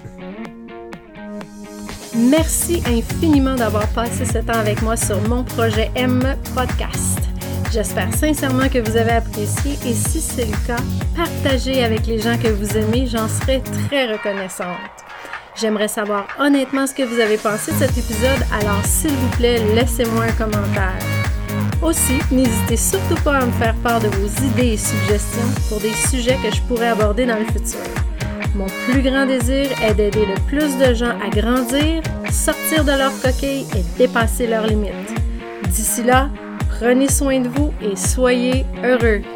[SPEAKER 1] Merci infiniment d'avoir passé ce temps avec moi sur mon projet M Podcast. J'espère sincèrement que vous avez apprécié et si c'est le cas, partagez avec les gens que vous aimez, j'en serai très reconnaissante. J'aimerais savoir honnêtement ce que vous avez pensé de cet épisode, alors s'il vous plaît, laissez-moi un commentaire. Aussi, n'hésitez surtout pas à me faire part de vos idées et suggestions pour des sujets que je pourrais aborder dans le futur. Mon plus grand désir est d'aider le plus de gens à grandir, sortir de leur coquille et dépasser leurs limites. D'ici là, prenez soin de vous et soyez heureux.